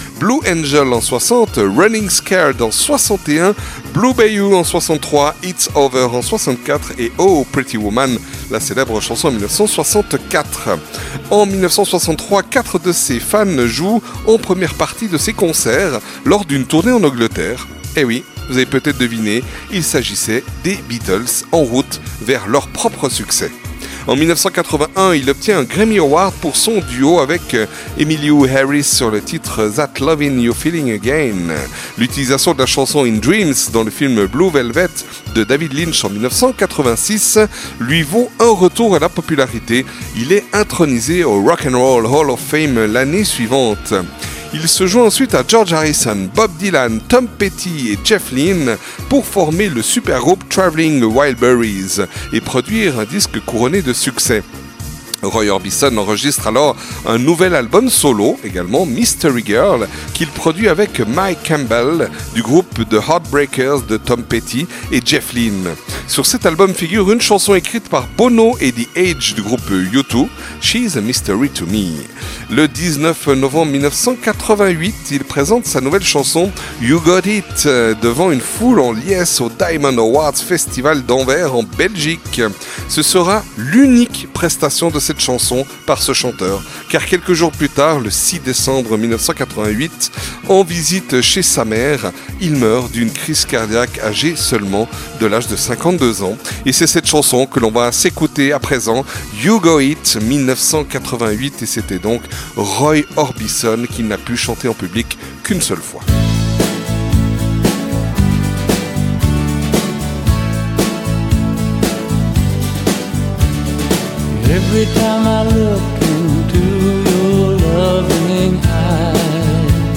Blue Angel en 60, Running Scared en 61, Blue Bayou en 63, It's Over en 64 et Oh Pretty Woman, la célèbre chanson en 1964. En 1963, 4 de ses fans jouent en première partie de ses concerts lors d'une tournée en Angleterre. Eh oui, vous avez peut-être deviné, il s'agissait des Beatles en route vers leur propre succès. En 1981, il obtient un Grammy Award pour son duo avec Emmylou Harris sur le titre That Lovin' You Feeling Again. L'utilisation de la chanson In Dreams dans le film Blue Velvet de David Lynch en 1986 lui vaut un retour à la popularité. Il est intronisé au Rock and Roll Hall of Fame l'année suivante. Il se joint ensuite à George Harrison, Bob Dylan, Tom Petty et Jeff Lynne pour former le super groupe Traveling Wilburys et produire un disque couronné de succès. Roy Orbison enregistre alors un nouvel album solo, également Mystery Girl, qu'il produit avec Mike Campbell du groupe The Heartbreakers de Tom Petty et Jeff Lynne. Sur cet album figure une chanson écrite par Bono et The Edge du groupe U2, She's a Mystery to Me. Le 19 novembre 1988, il présente sa nouvelle chanson You Got It devant une foule en liesse au Diamond Awards Festival d'Anvers en Belgique. Ce sera l'unique prestation de cette chanson par ce chanteur, car quelques jours plus tard, le 6 décembre 1988, en visite chez sa mère, il meurt d'une crise cardiaque âgé seulement de l'âge de 52 ans. Et c'est cette chanson que l'on va s'écouter à présent, You Got It, 1988, et c'était donc Roy Orbison qui n'a pu chanter en public qu'une seule fois. Every time I look into your loving eyes,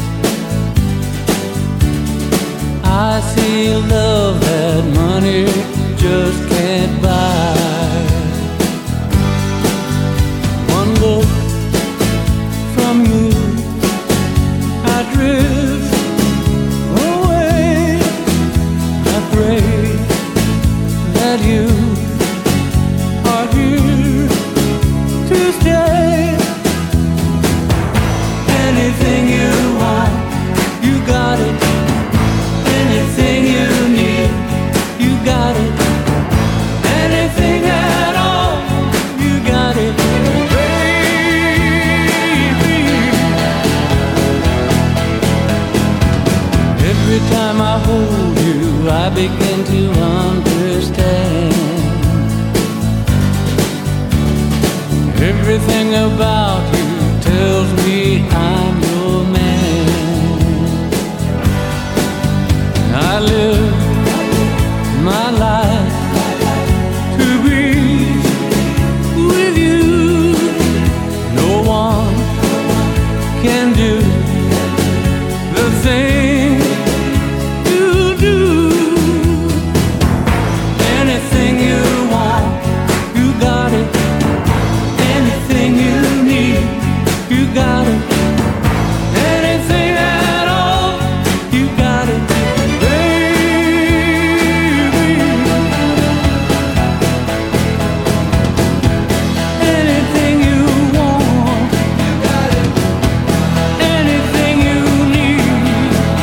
I see a love that money just can't buy. One look from you, I drift away. I pray that you are here to stay. Anything you want, you got it. Anything you need, you got it. Anything at all, you got it, baby. Every time I hold you, I begin to understand. Everything about you tells me I'm your man. I live my life to be with you. No one can do the thing you do. Anything you want, you got it. Anything you need, you got it. Anything at all, you got it, baby. Anything you want, you got it. Anything you need,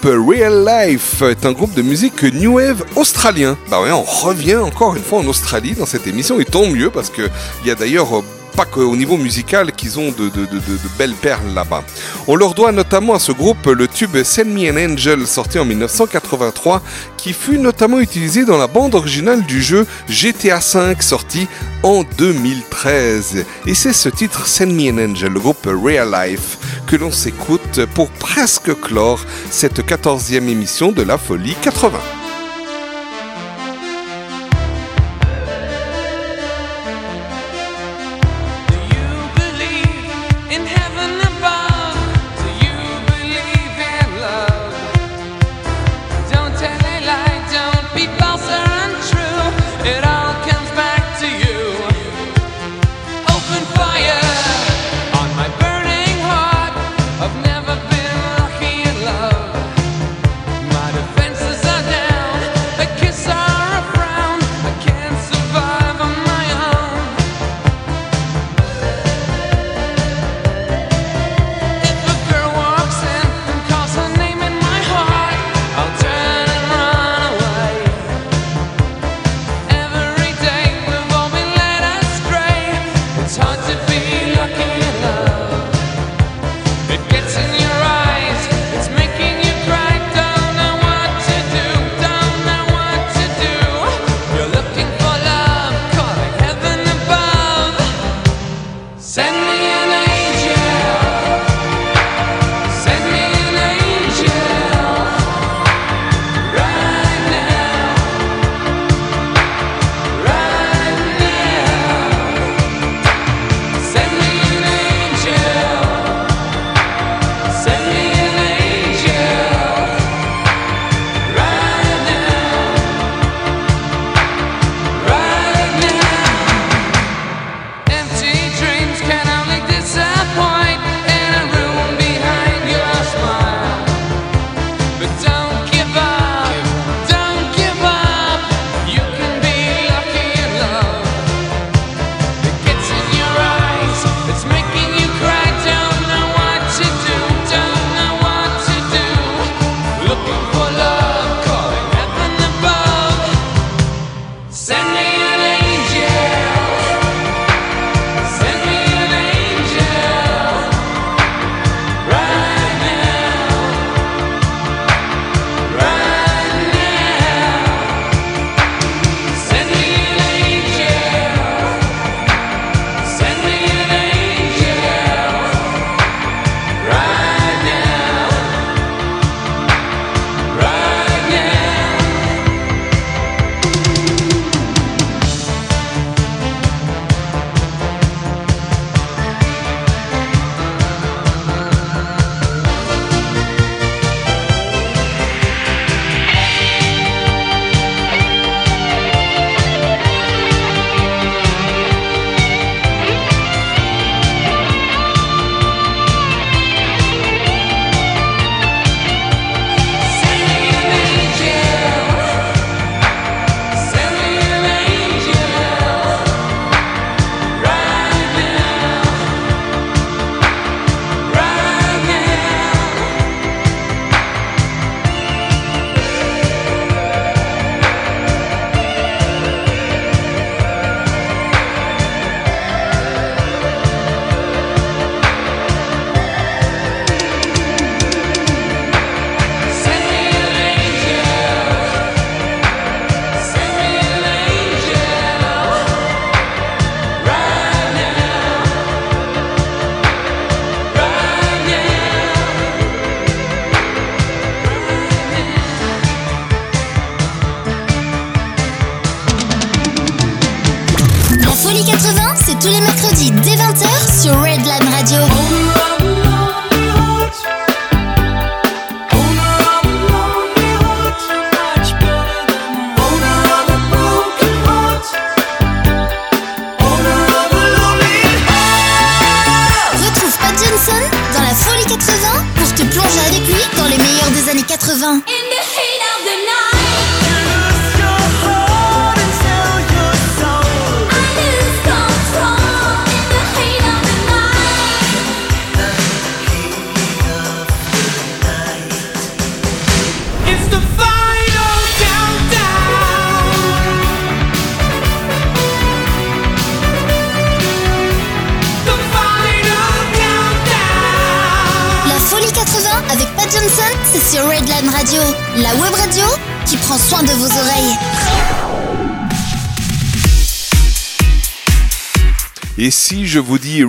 Real Life est un groupe de musique new wave australien. Bah ouais, on revient encore une fois en Australie dans cette émission, et tant mieux parce que il y a d'ailleurs pas qu'au niveau musical qu'ils ont de belles perles là-bas. On leur doit notamment à ce groupe le tube Send Me an Angel sorti en 1983 qui fut notamment utilisé dans la bande originale du jeu GTA V sorti en 2013. Et c'est ce titre Send Me an Angel, le groupe Real Life, que l'on s'écoute pour presque clore cette 14e émission de la Folie 80. tous les mercredis dès 20h sur Redline Radio. Retrouve Pat Johnson dans la Folie 80 pour te plonger avec lui dans les meilleurs des années 80. sur Redline Radio, la web radio qui prend soin de vos oreilles. Et si je vous dis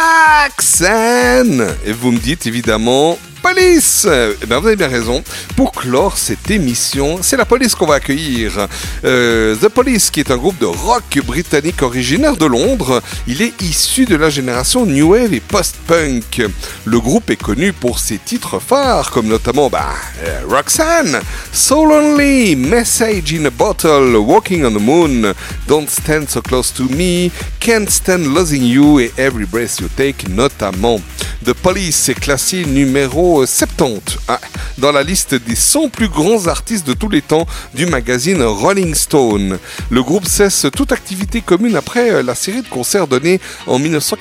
Roxanne, et vous me dites évidemment Police, eh bien vous avez bien raison. Pour clore cette émission, c'est la Police qu'on va accueillir. The Police, qui est un groupe de rock britannique originaire de Londres, il est issu de la génération New Wave et Post-Punk. Le groupe est connu pour ses titres phares, comme notamment Roxanne, So Lonely, Message in a Bottle, Walking on the Moon, Don't Stand So Close to Me, Can't Stand Losing You et Every Breath You Take notamment. The Police est classé numéro 70 dans la liste des 100 plus grands artistes de tous les temps du magazine Rolling Stone. Le groupe cesse toute activité commune après la série de concerts donnés en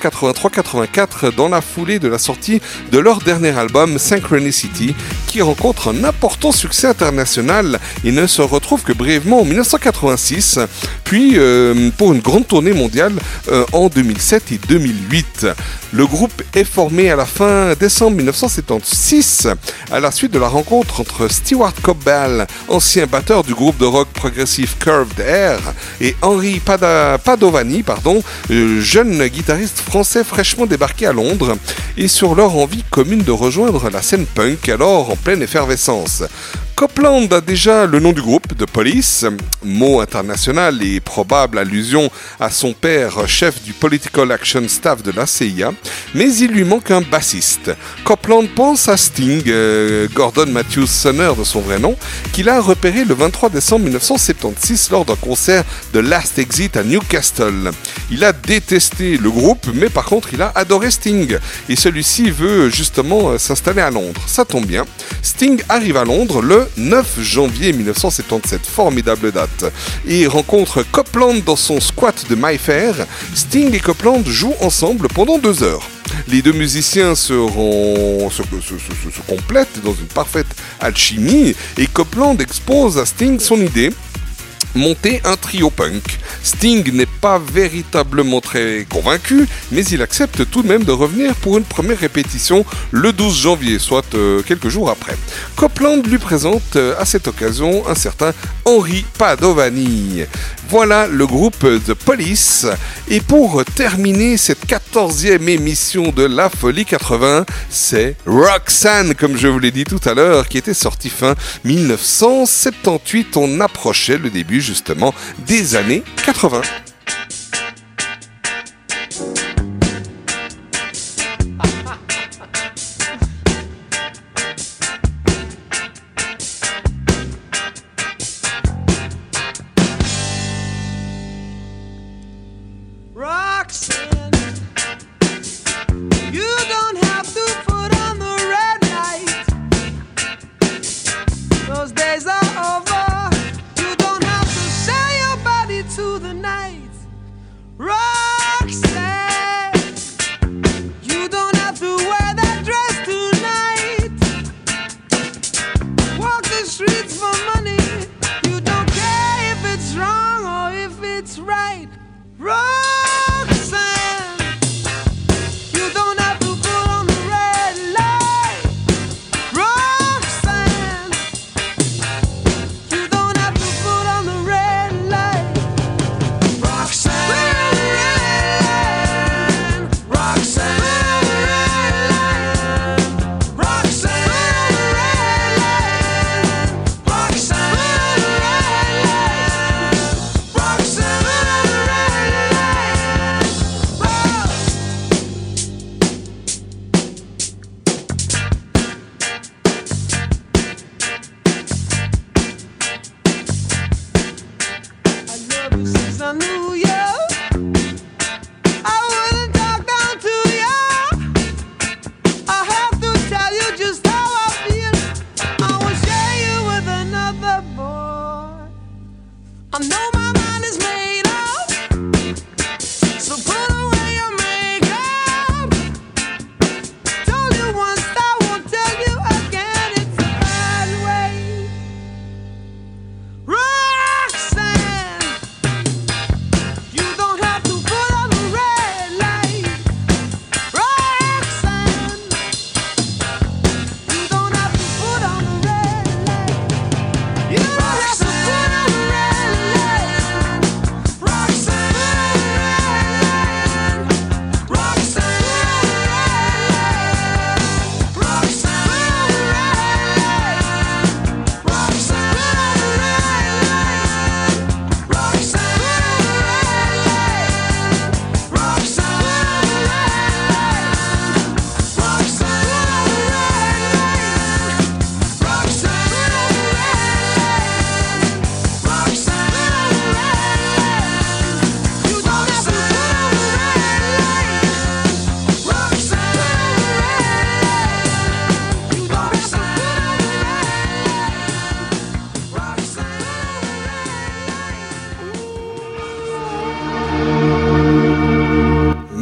1983-84 dans la foulée de la sortie de leur dernier album Synchronicity, qui rencontre un important succès international et ne se retrouve que brièvement en 1986, puis pour une grande tournée mondiale en 2007 et 2008. Le groupe est formé à la fin décembre 1976 à la suite de la rencontre entre Stewart Cobb-Ball, ancien batteur du groupe de rock progressif Curved Air, et Henry Padovani, jeune guitariste français fraîchement débarqué à Londres, et sur leur envie commune de rejoindre la scène punk alors en pleine effervescence. Copland a déjà le nom du groupe, The Police, mot international et probable allusion à son père, chef du Political Action Staff de la CIA, mais il lui manque un bassiste. Copland pense à Sting, Gordon Matthews Sonner de son vrai nom, qu'il a repéré le 23 décembre 1976 lors d'un concert de Last Exit à Newcastle. Il a détesté le groupe, mais par contre il a adoré Sting, et celui-ci veut justement s'installer à Londres. Ça tombe bien, Sting arrive à Londres le 9 janvier 1977, formidable date, et rencontre Copland dans son squat de Mayfair. Sting et Copland jouent ensemble pendant 2 heures. Les deux musiciens se complètent dans une parfaite alchimie, et Copland expose à Sting son idée: monter un trio punk. Sting n'est pas véritablement très convaincu, mais il accepte tout de même de revenir pour une première répétition le 12 janvier, soit quelques jours après. Copland lui présente à cette occasion un certain Henry Padovani. Voilà le groupe The Police. Et pour terminer cette 14e émission de La Folie 80, c'est Roxanne, comme je vous l'ai dit tout à l'heure, qui était sorti fin 1978. On approchait le début justement des années 80.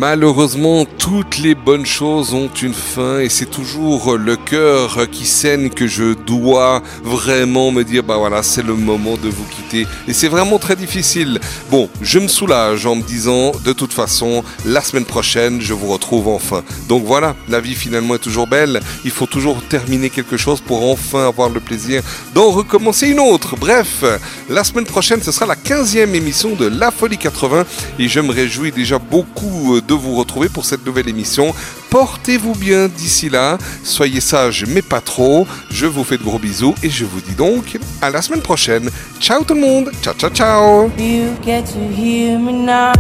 Malheureusement, toutes les bonnes choses ont une fin et c'est toujours le cœur qui saigne que je dois vraiment me dire, bah voilà, c'est le moment de vous quitter. Et c'est vraiment très difficile. Bon, je me soulage en me disant, de toute façon, la semaine prochaine, je vous retrouve enfin. Donc voilà, la vie finalement est toujours belle. Il faut toujours terminer quelque chose pour enfin avoir le plaisir d'en recommencer une autre. Bref, la semaine prochaine, ce sera la 15e émission de La Folie 80 et je me réjouis déjà beaucoup de vous retrouver pour cette nouvelle émission. Portez-vous bien d'ici là, soyez sages mais pas trop. Je vous fais de gros bisous et je vous dis donc à la semaine prochaine. Ciao tout le monde, ciao ciao ciao. You get to hear me now.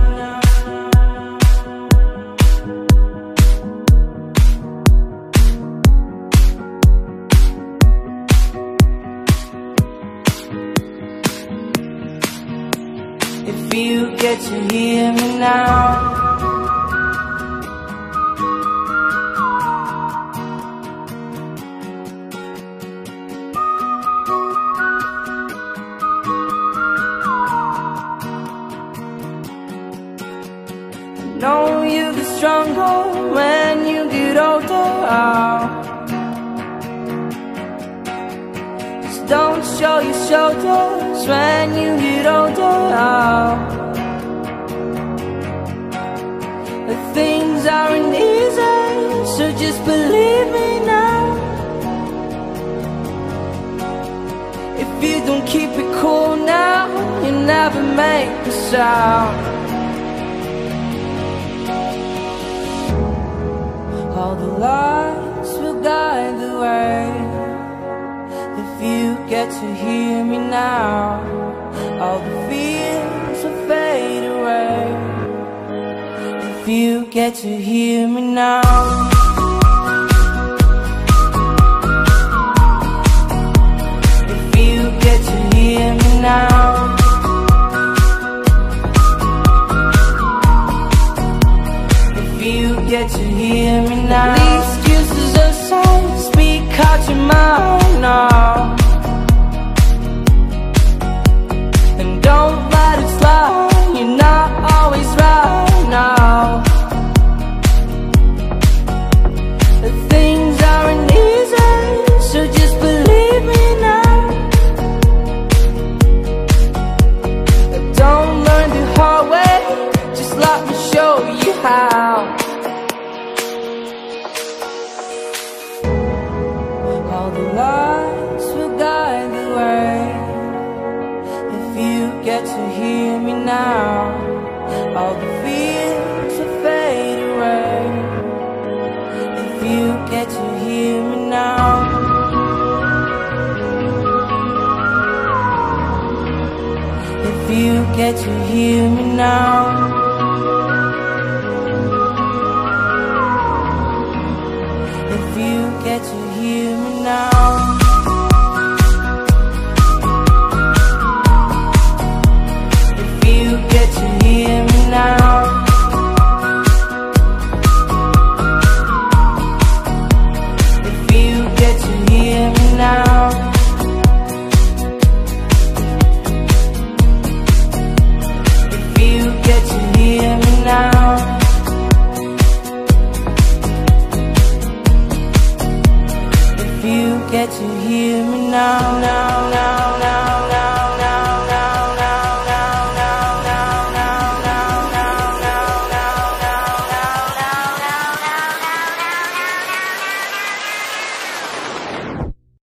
If you get to hear me now. Know you get stronger when you get older. Just don't show your shoulders when you get older. The things aren't easy, so just believe me now. If you don't keep it cool now, you never make a sound. All the lights will guide the way. If you get to hear me now, all the fears will fade away. If you get to hear me now. If you get to hear me now. You get to hear me now. The excuses aside, speak out your mind now. And don't let it slide, you're not always right now. The things aren't easy, so just believe me now. Don't learn the hard way, just let me show you how. All the lights will guide the way. If you get to hear me now, all the fears will fade away. If you get to hear me now. If you get to hear me now. If you get to hear me now. If you get to hear me now. If you get to hear me now. If you get to hear me now. If you get to hear me now.